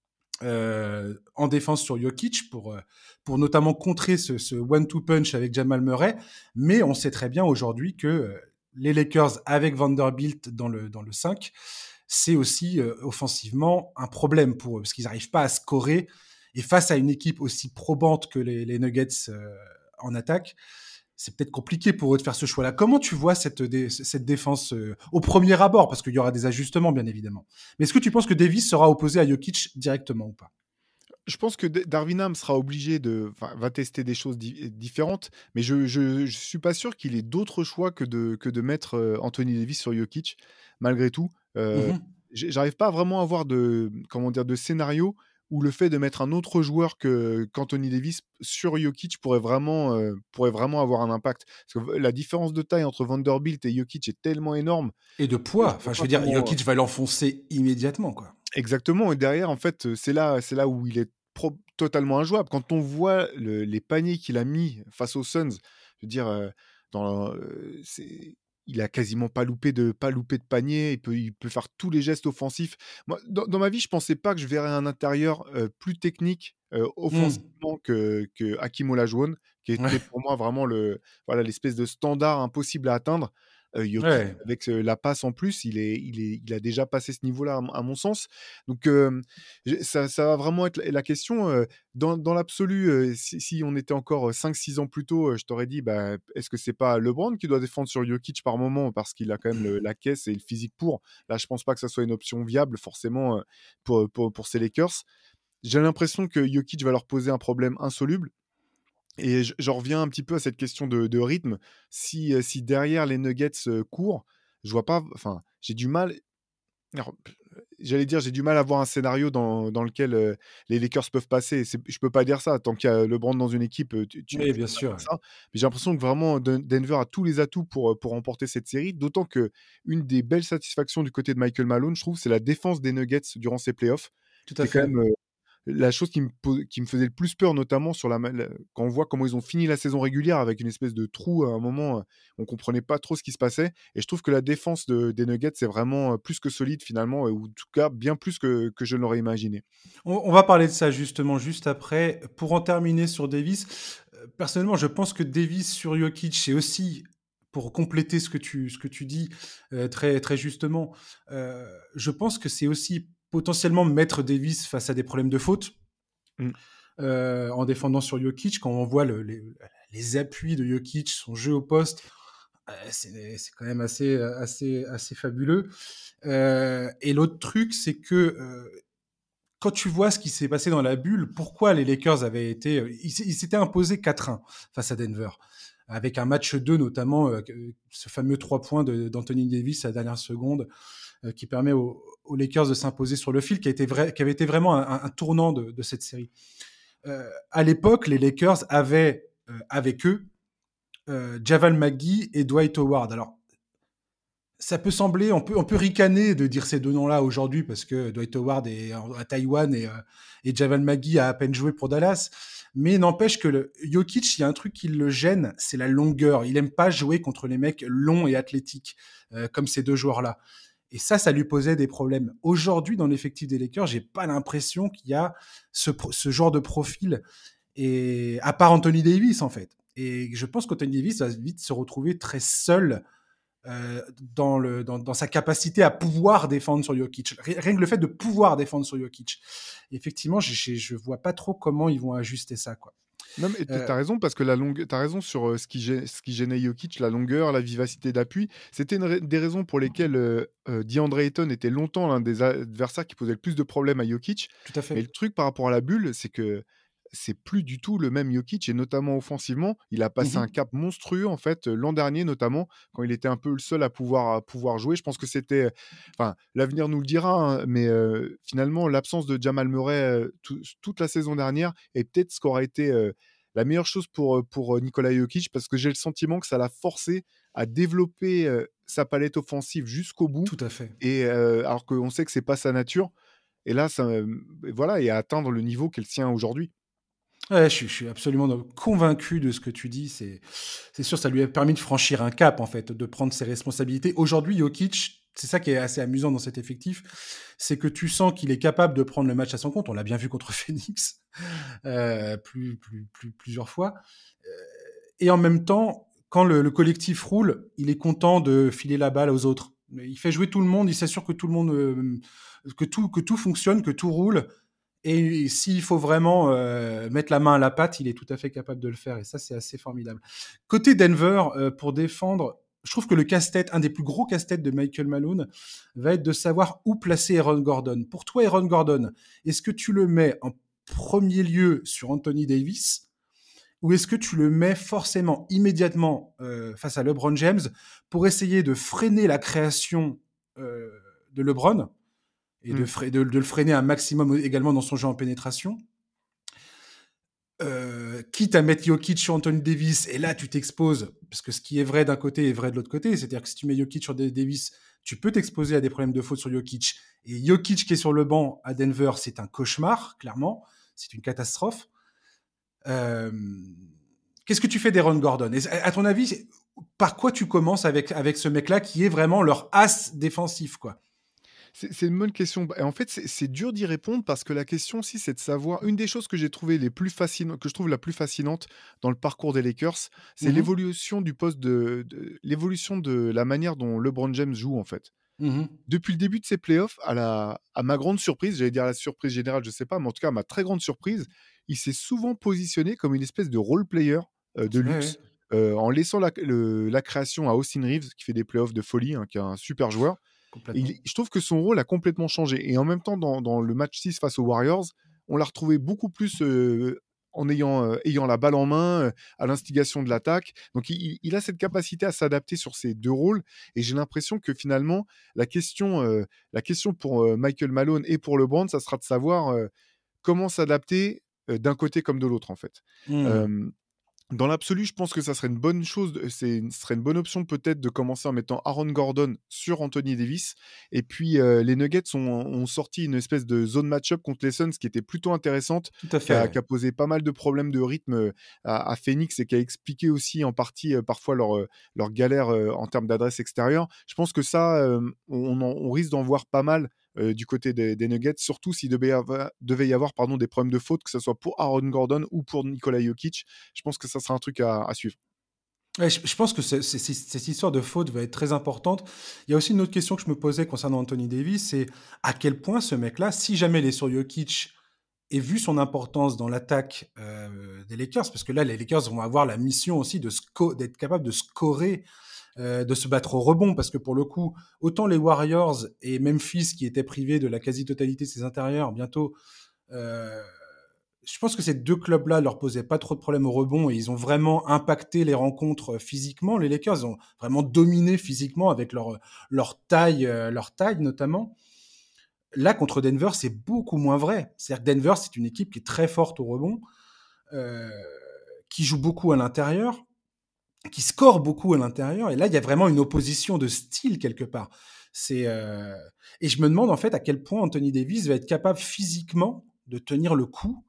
euh, en défense sur Jokic pour, euh, pour notamment contrer ce, ce one-two punch avec Jamal Murray. Mais on sait très bien aujourd'hui que euh, les Lakers avec Vanderbilt dans le, dans le cinq, c'est aussi euh, offensivement un problème pour eux parce qu'ils n'arrivent pas à scorer. Et face à une équipe aussi probante que les, les Nuggets euh, en attaque, c'est peut-être compliqué pour eux de faire ce choix-là. Comment tu vois cette, dé- cette défense euh, au premier abord? Parce qu'il y aura des ajustements, bien évidemment. Mais est-ce que tu penses que Davis sera opposé à Jokic directement ou pas? Je pense que D- Darwin Ham sera obligé de, enfin, va tester des choses di- différentes, mais je, je, je suis pas sûr qu'il ait d'autre choix que de, que de mettre euh, Anthony Davis sur Jokic, malgré tout. Euh, Mhm. j'ai- J'arrive pas vraiment à avoir de, comment dire, de scénario où le fait de mettre un autre joueur que qu'Anthony Davis sur Jokic pourrait vraiment, euh, pourrait vraiment avoir un impact. Parce que la différence de taille entre Vanderbilt et Jokic est tellement énorme Et de que poids. je vois Enfin, je pas veux dire, comment. Jokic va l'enfoncer immédiatement, quoi. Exactement, et derrière, en fait, heu, c'est là c'est là où il est pro totalement injouable. Quand on voit le les paniers qu'il a mis face aux Suns, je veux dire, heu, dans, heu, c'est il a quasiment pas loupé de pas loupé de panier, il peut il peut faire tous les gestes offensifs. Moi, dans dans ma vie, je pensais pas que je verrais un intérieur, heu, plus technique, heu, Hmm. offensivement que que Hakeem Olajuwon, qui était Ouais. pour moi vraiment le voilà, l'espèce de standard impossible à atteindre. Heu, Jokic Ouais. avec, heu, la passe en plus, il est il est il a déjà passé ce niveau-là à mon à mon sens. Donc, hem, j'ai ça ça va vraiment être la la question, heu, dans dans l'absolu, heu, si si on était encore, cinq six ans plus tôt, heu, je t'aurais dit: «Bah, est-ce que c'est pas LeBron qui doit défendre sur Jokic par moment?» parce qu'il a quand même le la caisse et le physique pour. Là, je pense pas que ça soit une option viable forcément, heu, pour, pour pour ces Lakers. J'ai l'impression que Jokic va leur poser un problème insoluble et je j'en reviens un petit peu à cette question de de rythme. Si, heu, si derrière les Nuggets, heu, courent, je vois pas enfin, j'ai du mal alors, p j'allais dire, j'ai du mal à voir un scénario dans dans lequel, heu, les Lakers peuvent passer. C'est je peux pas dire ça. Tant qu'il y a LeBron dans une équipe, heu, tu tu Oui, tu bien peux pas sûr. dire Ouais. ça. Mais j'ai l'impression que vraiment Den Denver a tous les atouts pour, heu, pour remporter cette série. D'autant que une des belles satisfactions du côté de Michael Malone, je trouve, c'est la défense des Nuggets durant ces playoffs. Tout à C'est quand fait. même, heu, la chose qui me po qui me faisait le plus peur, notamment sur la ma la quand on voit comment ils ont fini la saison régulière avec une espèce de trou à un moment, heu, on comprenait pas trop ce qui se passait et je trouve que la défense de des Nuggets, c'est vraiment, heu, plus que solide finalement, ou en tout cas bien plus que que je ne l'aurais imaginé. On, on va parler de ça justement juste après. Pour en terminer sur Davis, euh, personnellement, je pense que Davis sur Jokic, c'est aussi, pour compléter ce que tu, ce que tu dis euh, très, très justement, euh, je pense que c'est aussi potentiellement mettre Davis face à des problèmes de faute Mmh. euh, en défendant sur Jokic. Quand on voit le- les, les appuis de Jokic, son jeu au poste, euh, c'est c'est quand même assez, assez, assez fabuleux. Euh, et l'autre truc, c'est que euh, quand tu vois ce qui s'est passé dans la bulle, pourquoi les Lakers avaient été, euh, ils s- ils s'étaient imposés quatre un face à Denver, avec un match deux notamment, euh, que- ce fameux trois points de- d'Anthony Davis à la dernière seconde, euh, qui permet aux, aux Lakers de s'imposer sur le fil, qui, a été vrai, qui avait été vraiment un, un- un tournant de, de cette série. Euh, à l'époque, les Lakers avaient euh, avec eux euh, Javal McGee et Dwight Howard. Alors, ça peut sembler, on peut, on peut ricaner de dire ces deux noms-là aujourd'hui parce que Dwight Howard est à Taïwan et, euh, et Javal McGee a à peine joué pour Dallas. Mais n'empêche que le Jokic, il y a un truc qui le gêne, c'est la longueur. Il aime pas jouer contre les mecs longs et athlétiques euh, comme ces deux joueurs-là. Et ça, ça lui posait des problèmes. Aujourd'hui, dans l'effectif des Lakers, j'ai pas l'impression qu'il y a ce, ce genre de profil, et à part Anthony Davis en fait. Et je pense qu'Anthony Davis va vite se retrouver très seul euh, dans, le, dans, dans sa capacité à pouvoir défendre sur Jokic. Rien que le fait de pouvoir défendre sur Jokic. Effectivement, je ne vois pas trop comment ils vont ajuster ça. Quoi. Non, mais tu Euh, as raison parce que la longue tu raison sur, heu, ce qui gê ce qui gênait Jokic, la longueur, la vivacité d'appui. C'était une rai des raisons pour lesquelles, heu heu, DeAndre Ayton était longtemps l'un des adversaires qui posait le plus de problèmes à Jokic. tout à Mais fait. le truc par rapport à la bulle, c'est que c'est plus du tout le même Jokic et notamment offensivement. Il a passé un Mmh. cap monstrueux, en fait, heu, l'an dernier notamment, quand il était un peu le seul à pouvoir à pouvoir jouer. Je pense que c'était, enfin, l'avenir nous le dira, hein, mais heu, finalement, l'absence de Jamal Murray, heu, tout toute la saison dernière est peut-être ce qu'aurait été, heu, la meilleure chose pour, heu, pour, heu, Nikola Jokic parce que j'ai le sentiment que ça l'a forcé à développer, heu, sa palette offensive jusqu'au bout Tout à fait. et heu, alors qu'on sait que c'est pas sa nature et là, ça, hem, voilà et à atteindre le niveau qu'elle tient aujourd'hui. Ouais, je suis je suis absolument de convaincu de ce que tu dis. C'est c'est sûr, ça lui a permis de franchir un cap, en fait, de prendre ses responsabilités. Aujourd'hui, Jokic, c'est ça qui est assez amusant dans cet effectif, c'est que tu sens qu'il est capable de prendre le match à son compte. On l'a bien vu contre Phoenix, heu, plus plus plus plusieurs fois, heu et en même temps, quand le le collectif roule, il est content de filer la balle aux autres. Mais il fait jouer tout le monde, il s'assure que tout le monde, hem, que tout que tout fonctionne, que tout roule et s'il faut vraiment, heu, mettre la main à la pâte, il est tout à fait capable de le faire et ça, c'est assez formidable. Côté Denver, heu, pour défendre, je trouve que le casse-tête, un des plus gros casse-têtes de Michael Malone, va être de savoir où placer Aaron Gordon. Pour toi, Aaron Gordon, est-ce que tu le mets en premier lieu sur Anthony Davis ou est-ce que tu le mets forcément immédiatement, heu, face à LeBron James pour essayer de freiner la création, heu, de LeBron et de, Mmh. fre- de, de le freiner un maximum également dans son jeu en pénétration. Euh, quitte à mettre Jokic sur Anthony Davis, et là tu t'exposes, parce que ce qui est vrai d'un côté est vrai de l'autre côté, c'est-à-dire que si tu mets Jokic sur Davis, tu peux t'exposer à des problèmes de faute sur Jokic, et Jokic qui est sur le banc à Denver, c'est un cauchemar, clairement, c'est une catastrophe. Euh, Qu'est-ce que tu fais d'Aaron Gordon? Et à ton avis, par quoi tu commences avec, avec ce mec-là qui est vraiment leur as défensif, quoi? C'est c'est une bonne question. Bah, et en fait, c'est c'est dur d'y répondre parce que la question aussi, c'est de savoir une des choses que j'ai trouvé les plus fascinantes que je trouve la plus fascinante dans le parcours des Lakers, c'est Mhm, l'évolution du poste de de l'évolution de la manière dont LeBron James joue, en fait. mhm, Depuis le début de ses playoffs, à la à ma grande surprise, j'allais dire la surprise générale, je sais pas, mais en tout cas à ma très grande surprise, il s'est souvent positionné comme une espèce de role player, heu, de ouais, ouais, luxe, heu, en laissant la le la création à Austin Reeves qui fait des playoffs de folie, hein, qui est un super joueur. Et complètement. il je trouve que son rôle a complètement changé et en même temps dans dans le match six face aux Warriors, on l'a retrouvé beaucoup plus, heu, en ayant, heu, ayant la balle en main, heu, à l'instigation de l'attaque. Donc il il il a cette capacité à s'adapter sur ces deux rôles et j'ai l'impression que finalement la question, heu, la question pour, heu, Michael Malone et pour LeBron, ça sera de savoir, heu, comment s'adapter, heu, d'un côté comme de l'autre en fait. Hmm. Hem Dans l'absolu, je pense que ça serait une bonne chose de c'est une ce serait une bonne option peut-être de commencer en mettant Aaron Gordon sur Anthony Davis et puis, heu, les Nuggets ont ont sorti une espèce de zone match-up contre les Suns qui était plutôt intéressante, Tout à qui fait, a ouais. qui a posé pas mal de problèmes de rythme, heu, à à Phoenix et qui a expliqué aussi en partie, heu, parfois leur, heu, leur galère, heu, en termes d'adresse extérieure. Je pense que ça, hem, on en on risque d'en voir pas mal, heu, du côté des des Nuggets, surtout s'il devait y avoir devait y avoir, pardon, des problèmes de faute, que ce soit pour Aaron Gordon ou pour Nikola Jokic. Je pense que ça sera un truc à à suivre. Ouais, je je pense que c'est c'est c'est cette histoire de faute va être très importante. Il y a aussi une autre question que je me posais concernant Anthony Davis, c'est à quel point ce mec-là, si jamais il est sur Jokic et vu son importance dans l'attaque, heu, des Lakers, parce que là, les Lakers vont avoir la mission aussi de sco d'être capable de scorer, heu, de se battre au rebond parce que pour le coup, autant les Warriors et Memphis qui étaient privés de la quasi-totalité de ses intérieurs bientôt, heu je pense que ces deux clubs-là leur posaient pas trop de problèmes au rebond et ils ont vraiment impacté les rencontres, heu, physiquement. Les Lakers, ils ont vraiment dominé physiquement avec leur, leur taille, heu, leur taille notamment. Là, contre Denver, c'est beaucoup moins vrai. C'est-à-dire que Denver, c'est une équipe qui est très forte au rebond, heu, qui joue beaucoup à l'intérieur, qui score beaucoup à l'intérieur et là, il y a vraiment une opposition de style quelque part. C'est, heu et je me demande en fait à quel point Anthony Davis va être capable physiquement de tenir le coup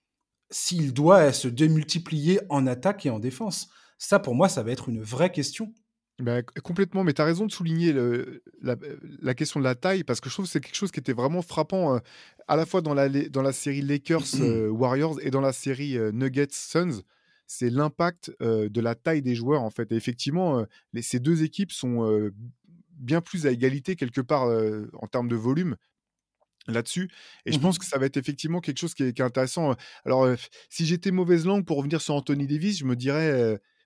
s'il doit se démultiplier en attaque et en défense. Ça, pour moi, ça va être une vraie question. Bah, c complètement, mais tu as raison de souligner le la la question de la taille parce que je trouve que c'est quelque chose qui était vraiment frappant, heu, à la fois dans la lé dans la série Lakers, heu, Warriors et dans la série, heu, Nuggets Suns. C'est l'impact, heu, de la taille des joueurs, en fait et effectivement, heu, les ces deux équipes sont, heu, bien plus à égalité quelque part, heu, en termes de volume là-dessus et je pense que Mmh. ça va être effectivement quelque chose qui est qui est intéressant, heu. Alors, heu, si j'étais mauvaise langue pour revenir sur Anthony Davis, je me dirais,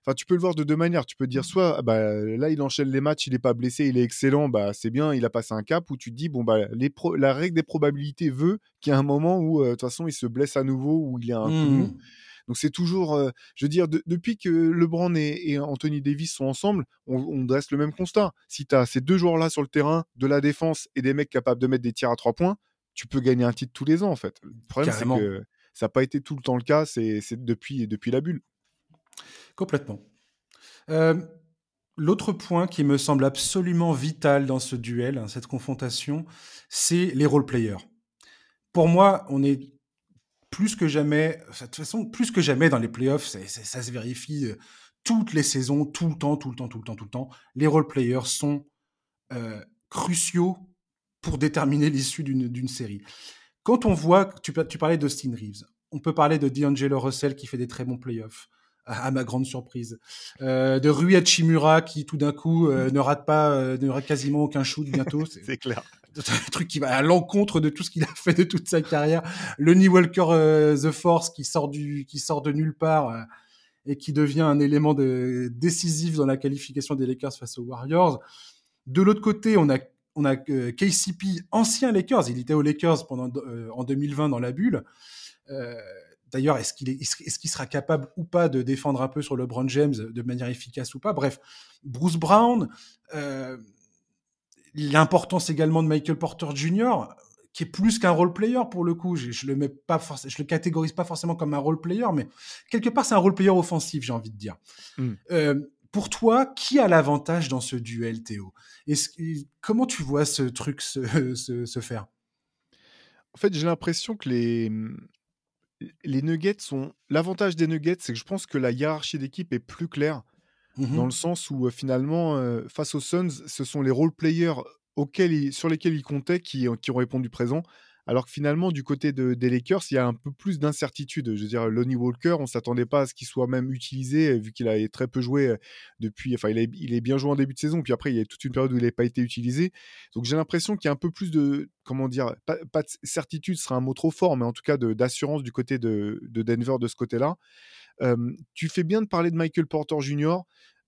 enfin, tu peux le voir de deux manières. Tu peux te dire soit, ah bah, là, il enchaîne les matchs, il n'est pas blessé, il est excellent, bah, c'est bien, il a passé un cap, ou tu te dis, bon, bah, les pro- la règle des probabilités veut qu'il y a un moment où, euh, de toute façon, il se blesse à nouveau, ou il a un coup de mou. Hmm. Donc c'est toujours, euh, je veux dire, de- depuis que LeBron et, et Anthony Davis sont ensemble, on, on dresse le même constat. Si tu as ces deux joueurs-là sur le terrain, de la défense et des mecs capables de mettre des tirs à trois points, tu peux gagner un titre tous les ans, en fait. Le problème, c'est Carrément, que ça n'a pas été tout le temps le cas, c'est c'est depuis, depuis la bulle. complètement. Euh, L'autre point qui me semble absolument vital dans ce duel, hein, cette confrontation, c'est les role-players. Pour moi, on est plus que jamais, enfin, de toute façon, plus que jamais dans les playoffs, c'est- c'est- ça se vérifie euh, toutes les saisons, tout le temps, tout le temps, tout le temps, tout le temps. Les role-players sont euh, cruciaux pour déterminer l'issue d'une d'une série. Quand on voit, tu, tu parlais d'Austin Reeves, on peut parler de D'Angelo Russell qui fait des très bons playoffs, à, à ma grande surprise, euh, de Rui Hachimura qui tout d'un coup euh, ne rate pas, euh, ne rate quasiment aucun shoot bientôt. C'est C'est clair. un truc qui va à l'encontre de tout ce qu'il a fait de toute sa carrière. Lonnie Walker euh, The Force qui sort du, qui sort de nulle part euh, et qui devient un élément de, décisif dans la qualification des Lakers face aux Warriors. De l'autre côté, on a on a euh, K C P, ancien Lakers, il était aux Lakers pendant euh, en deux mille vingt dans la bulle. Euh, D'ailleurs, est-ce qu'il est, est-ce qu'il sera capable ou pas de défendre un peu sur LeBron James de manière efficace ou pas? Bref, Bruce Brown, euh, l'importance également de Michael Porter Junior, qui est plus qu'un role player pour le coup. Je, je le mets pas, forc- je le catégorise pas forcément comme un role player, mais quelque part c'est un role player offensif, j'ai envie de dire. Mm. Euh, pour toi, qui a l'avantage dans ce duel, Théo? Est-ce, comment tu vois ce truc se, se, se faire? En fait, j'ai l'impression que les, mmh, les Nuggets sont. L'avantage des Nuggets, c'est que je pense que la hiérarchie d'équipe est plus claire, dans le Mhm. sens où, heu, finalement, heu, face aux Suns, ce sont les role players auxquels ils sur lesquels ils comptaient qui ont qui ont répondu présent. Alors que finalement, du côté de des Lakers, il y a un peu plus d'incertitude. Je veux dire, Lonnie Walker, on s'attendait pas à ce qu'il soit même utilisé, heu, vu qu'il avait très peu joué, heu, depuis enfin, il a il est bien joué en début de saison, puis après il y a toute une période où il n'a pas été utilisé. Donc j'ai l'impression qu'il y a un peu plus de comment dire? Pas pas de certitude, ce serait un mot trop fort, mais en tout cas de d'assurance du côté de de Denver de ce côté-là. Hem, tu fais bien de parler de Michael Porter Junior.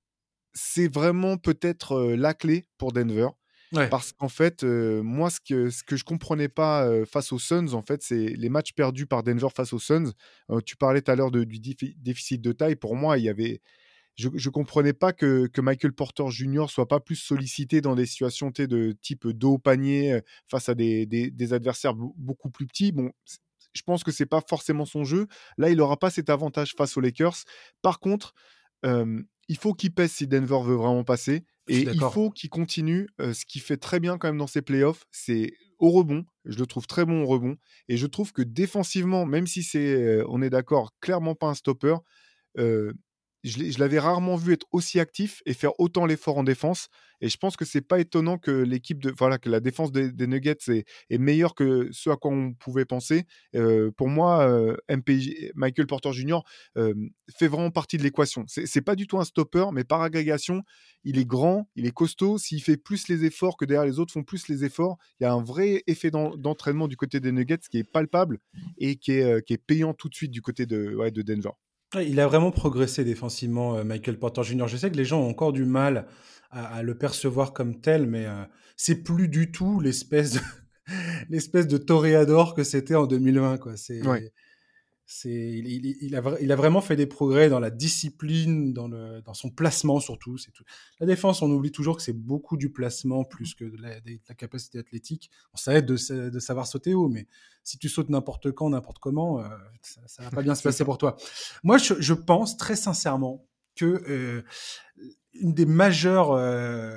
C'est vraiment peut-être, heu, la clé pour Denver Ouais. parce qu'en fait, heu, moi ce que ce que je comprenais pas, heu, face aux Suns, en fait, c'est les matchs perdus par Denver face aux Suns. Heu, tu parlais tout à l'heure de du défi déficit de taille. Pour moi, il y avait je je comprenais pas que que Michael Porter Junior soit pas plus sollicité dans des situations, tu sais, de type dos au panier, heu, face à des des des adversaires beau beaucoup plus petits. Bon, c je pense que c'est pas forcément son jeu. Là, il aura pas cet avantage face aux Lakers. Par contre, Hem, il faut qu'il pèse si Denver veut vraiment passer, Je suis et il d'accord. faut qu'il continue, heu, ce qu'il fait très bien quand même dans ses playoffs, c'est au rebond. Je le trouve très bon au rebond, et je trouve que défensivement, même si c'est, heu, on est d'accord, clairement pas un stopper, Heu, je l'ai je l'avais rarement vu être aussi actif et faire autant l'effort en défense, et je pense que c'est pas étonnant que l'équipe de voilà, que la défense des des Nuggets est est meilleure que ce à quoi on pouvait penser. Heu, pour moi, heu, M P J Michael Porter Junior, hem, fait vraiment partie de l'équation. C'est c'est pas du tout un stopper, mais par agrégation, il est grand, il est costaud. S'il fait plus les efforts, que derrière les autres font plus les efforts, il y a un vrai effet d'en d'entraînement du côté des Nuggets qui est palpable et qui est, heu, qui est payant tout de suite du côté de ouais, de Denver. Ouais, il a vraiment progressé défensivement, euh, Michael Porter Junior Je sais que les gens ont encore du mal à, à le percevoir comme tel, mais euh, c'est plus du tout l'espèce de, l'espèce de toréador que c'était en deux mille vingt, quoi. Ouais. C'est, c'est, il, il- il a, vra- il a vraiment fait des progrès dans la discipline, dans, le, dans son placement surtout. C'est tout. La défense, on oublie toujours que c'est beaucoup du placement plus que de la, de la capacité athlétique. Bon, ça aide de, sa- de savoir sauter haut, mais si tu sautes n'importe quand, n'importe comment, euh, ça, ça va pas bien se C'est passer ça. pour toi. Moi, je, je pense très sincèrement que euh, une des majeures, euh,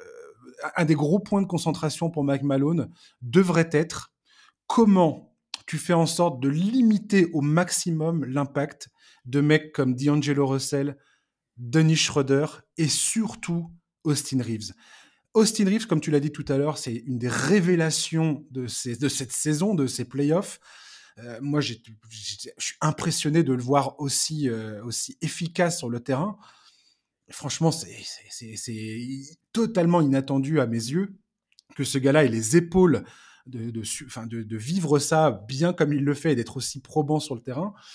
un des gros points de concentration pour Mike Malone devrait être comment tu fais en sorte de limiter au maximum l'impact de mecs comme D'Angelo Russell, Dennis Schroeder et surtout Austin Reeves. Austin Reeves, comme tu l'as dit tout à l'heure, c'est une des révélations de, ces, de cette saison, de ces playoffs. Euh, moi, j'ai, j'ai, je suis impressionné de le voir aussi, euh, aussi efficace sur le terrain. Franchement, c'est, c'est, c'est, c'est totalement inattendu à mes yeux que ce gars-là ait les épaules de, de, enfin de, de vivre ça bien comme il le fait et d'être aussi probant sur le terrain.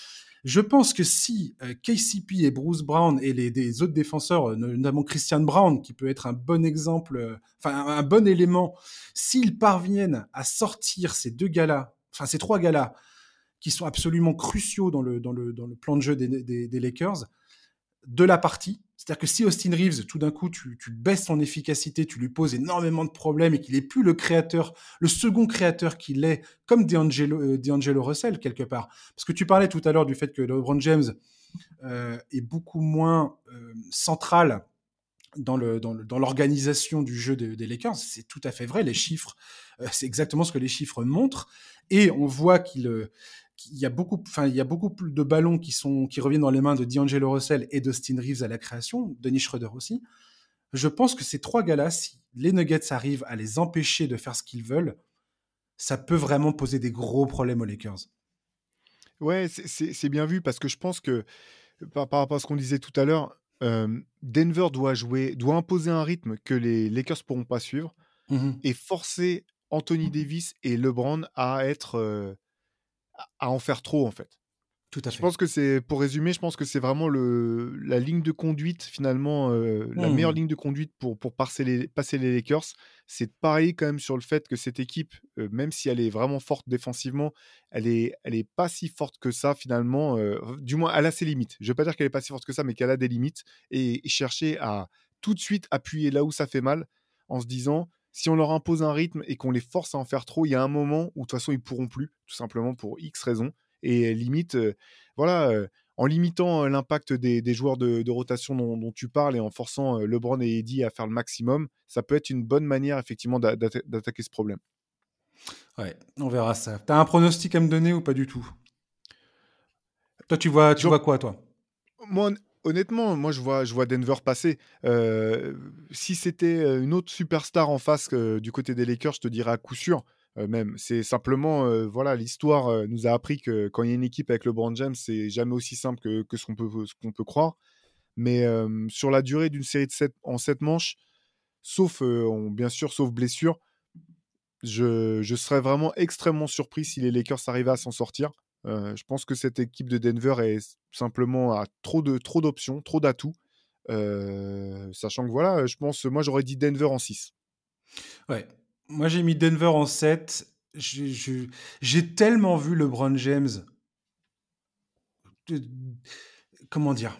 Je pense que si euh, K C P et Bruce Brown et les des autres défenseurs, euh, notamment Christian Brown, qui peut être un bon exemple, euh, enfin un, un bon élément, s'ils parviennent à sortir ces deux gars-là, enfin ces trois gars-là, qui sont absolument cruciaux dans le, dans le, dans le plan de jeu des, des, des Lakers, de la partie. C'est-à-dire que si Austin Reeves, tout d'un coup, tu, tu baisses son efficacité, tu lui poses énormément de problèmes et qu'il n'est plus le créateur, le second créateur qu'il est, comme D'Angelo, euh, D'Angelo Russell, quelque part. Parce que tu parlais tout à l'heure du fait que LeBron James euh, est beaucoup moins euh, central dans, le, dans, le, dans l'organisation du jeu de, des Lakers. C'est tout à fait vrai. Les chiffres, euh, c'est exactement ce que les chiffres montrent. Et on voit qu'il... Euh, Il y a beaucoup, enfin, il y a beaucoup plus de ballons qui sont, qui reviennent dans les mains de D'Angelo Russell et d'Austin Reeves à la création, Dennis Schroeder aussi. Je pense que ces trois gars-là, si les Nuggets arrivent à les empêcher de faire ce qu'ils veulent, ça peut vraiment poser des gros problèmes aux Lakers. Ouais, c'est, c'est, c'est bien vu parce que je pense que par, par rapport à ce qu'on disait tout à l'heure, euh, Denver doit jouer, doit imposer un rythme que les Lakers pourront pas suivre Mm-hmm. et forcer Anthony Davis et LeBron à être euh, à en faire trop en fait. Tout à Je fait. pense que c'est, pour résumer, je pense que c'est vraiment le, la ligne de conduite finalement, euh, la Mm. meilleure ligne de conduite pour, pour passer, les, passer les Lakers. C'est pareil quand même sur le fait que cette équipe, euh, même si elle est vraiment forte défensivement, elle est, elle est pas si forte que ça finalement. Euh, du moins, elle a ses limites. Je vais pas dire qu'elle est pas si forte que ça, mais qu'elle a des limites et, et chercher à tout de suite appuyer là où ça fait mal, en se disant si on leur impose un rythme et qu'on les force à en faire trop, il y a un moment où de toute façon ils pourront plus, tout simplement pour X raisons. Et limite, euh, voilà, euh, en limitant euh, l'impact des, des joueurs de, de rotation dont, dont tu parles et en forçant euh, LeBron et Eddie à faire le maximum, ça peut être une bonne manière effectivement d'a- d'atta- d'attaquer ce problème. Ouais, on verra ça. T'as un pronostic à me donner ou pas du tout? Toi, tu vois, tu Genre, vois quoi, toi? moi, hon- honnêtement, moi je vois, je vois Denver passer. Euh, si c'était euh, une autre superstar en face euh, du côté des Lakers, je te dirais à coup sûr. Euh, même, c'est simplement, euh, voilà, l'histoire euh, nous a appris que quand il y a une équipe avec LeBron James, c'est jamais aussi simple que, que ce qu'on peut, ce qu'on peut croire. Mais euh, sur la durée d'une série de sept, en sept manches, sauf, euh, on- bien sûr, sauf blessure, je, je serais vraiment extrêmement surpris si les Lakers arrivaient à s'en sortir. Euh, je pense que cette équipe de Denver est simplement à trop de trop d'options, trop d'atouts. Euh, sachant que voilà, je pense, moi j'aurais dit Denver en six. Ouais. Moi, j'ai mis Denver en sept. Je- je- J'ai tellement vu LeBron James. euh, Comment dire?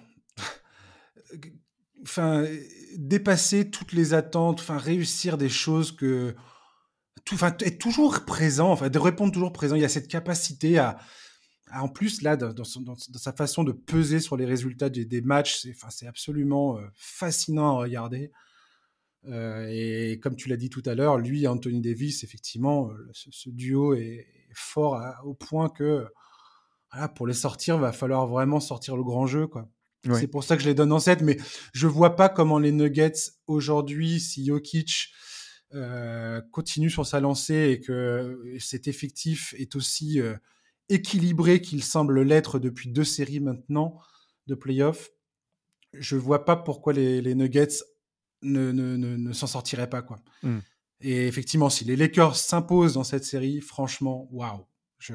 Enfin, dépasser toutes les attentes, enfin, réussir des choses que. Tout, enfin, être toujours présent, enfin, de répondre toujours présent. Il y a cette capacité à. à, en plus, là, dans, dans son- dans- dans sa façon de peser sur les résultats des, des matchs, c'est enfin, c'est absolument euh, fascinant à regarder. Euh, et comme tu l'as dit tout à l'heure, lui et Anthony Davis, effectivement, euh, ce, ce duo est, est fort à- au point que voilà, pour les sortir, va falloir vraiment sortir le grand jeu, quoi. C'est Ouais. pour ça que je les donne en sept, mais je vois pas comment les Nuggets aujourd'hui, si Jokic euh, continue sur sa lancée et que cet effectif est aussi euh, équilibré qu'il semble l'être depuis deux séries maintenant de playoffs, je vois pas pourquoi les, les Nuggets ne, ne, ne, ne s'en sortiraient pas, quoi. Mm. Et effectivement, si les Lakers s'imposent dans cette série, franchement, waouh, je,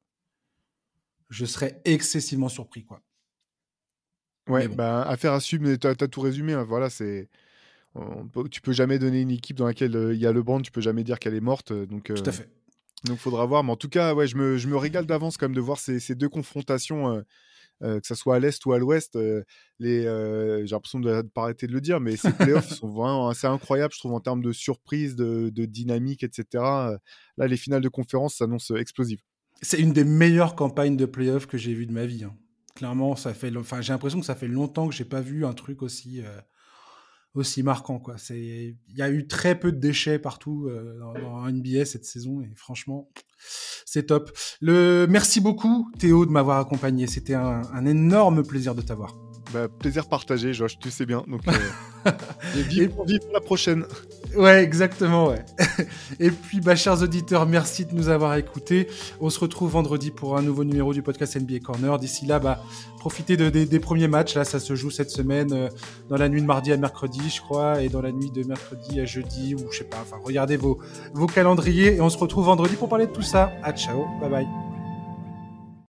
je serais excessivement surpris, quoi. Ouais, Mais bon, bah, affaire à suivre, mais t'as, t'as tout résumé. Hein. Voilà, c'est, on peut- tu peux jamais donner une équipe dans laquelle euh, il y a LeBron, tu peux jamais dire qu'elle est morte. euh, Donc, tout à euh, fait. donc faudra voir. Mais en tout cas, ouais, je me, je me régale d'avance quand même de voir ces, ces deux confrontations. euh, euh, que ça soit à l'est ou à l'ouest, euh, les, euh, j'ai l'impression de ne pas arrêter de le dire, mais ces playoffs sont vraiment assez incroyables, je trouve, en termes de surprise, de, de dynamique, et cetera. Euh, Là, les finales de conférence s'annoncent explosives. C'est une des meilleures campagnes de playoffs que j'ai vues de ma vie, hein. Clairement, ça fait, enfin, j'ai l'impression que ça fait longtemps que j'ai pas vu un truc aussi, euh, aussi marquant, quoi. C'est, il y a eu très peu de déchets partout euh, dans, dans N B A cette saison et franchement, c'est top. Le, merci beaucoup Théo de m'avoir accompagné. C'était un, un énorme plaisir de t'avoir. Bah, plaisir partagé, Josh, tu sais bien. Donc, euh, Et- vivons, vivons la prochaine. Ouais, exactement, ouais. Et puis, bah, chers auditeurs, merci de nous avoir écoutés. On se retrouve vendredi pour un nouveau numéro du podcast N B A Corner. D'ici là, bah, profitez de, des, des premiers matchs. Là, ça se joue cette semaine, euh, dans la nuit de mardi à mercredi, je crois, et dans la nuit de mercredi à jeudi, ou je sais pas. Enfin, regardez vos, vos calendriers et on se retrouve vendredi pour parler de tout ça. À ciao, bye bye.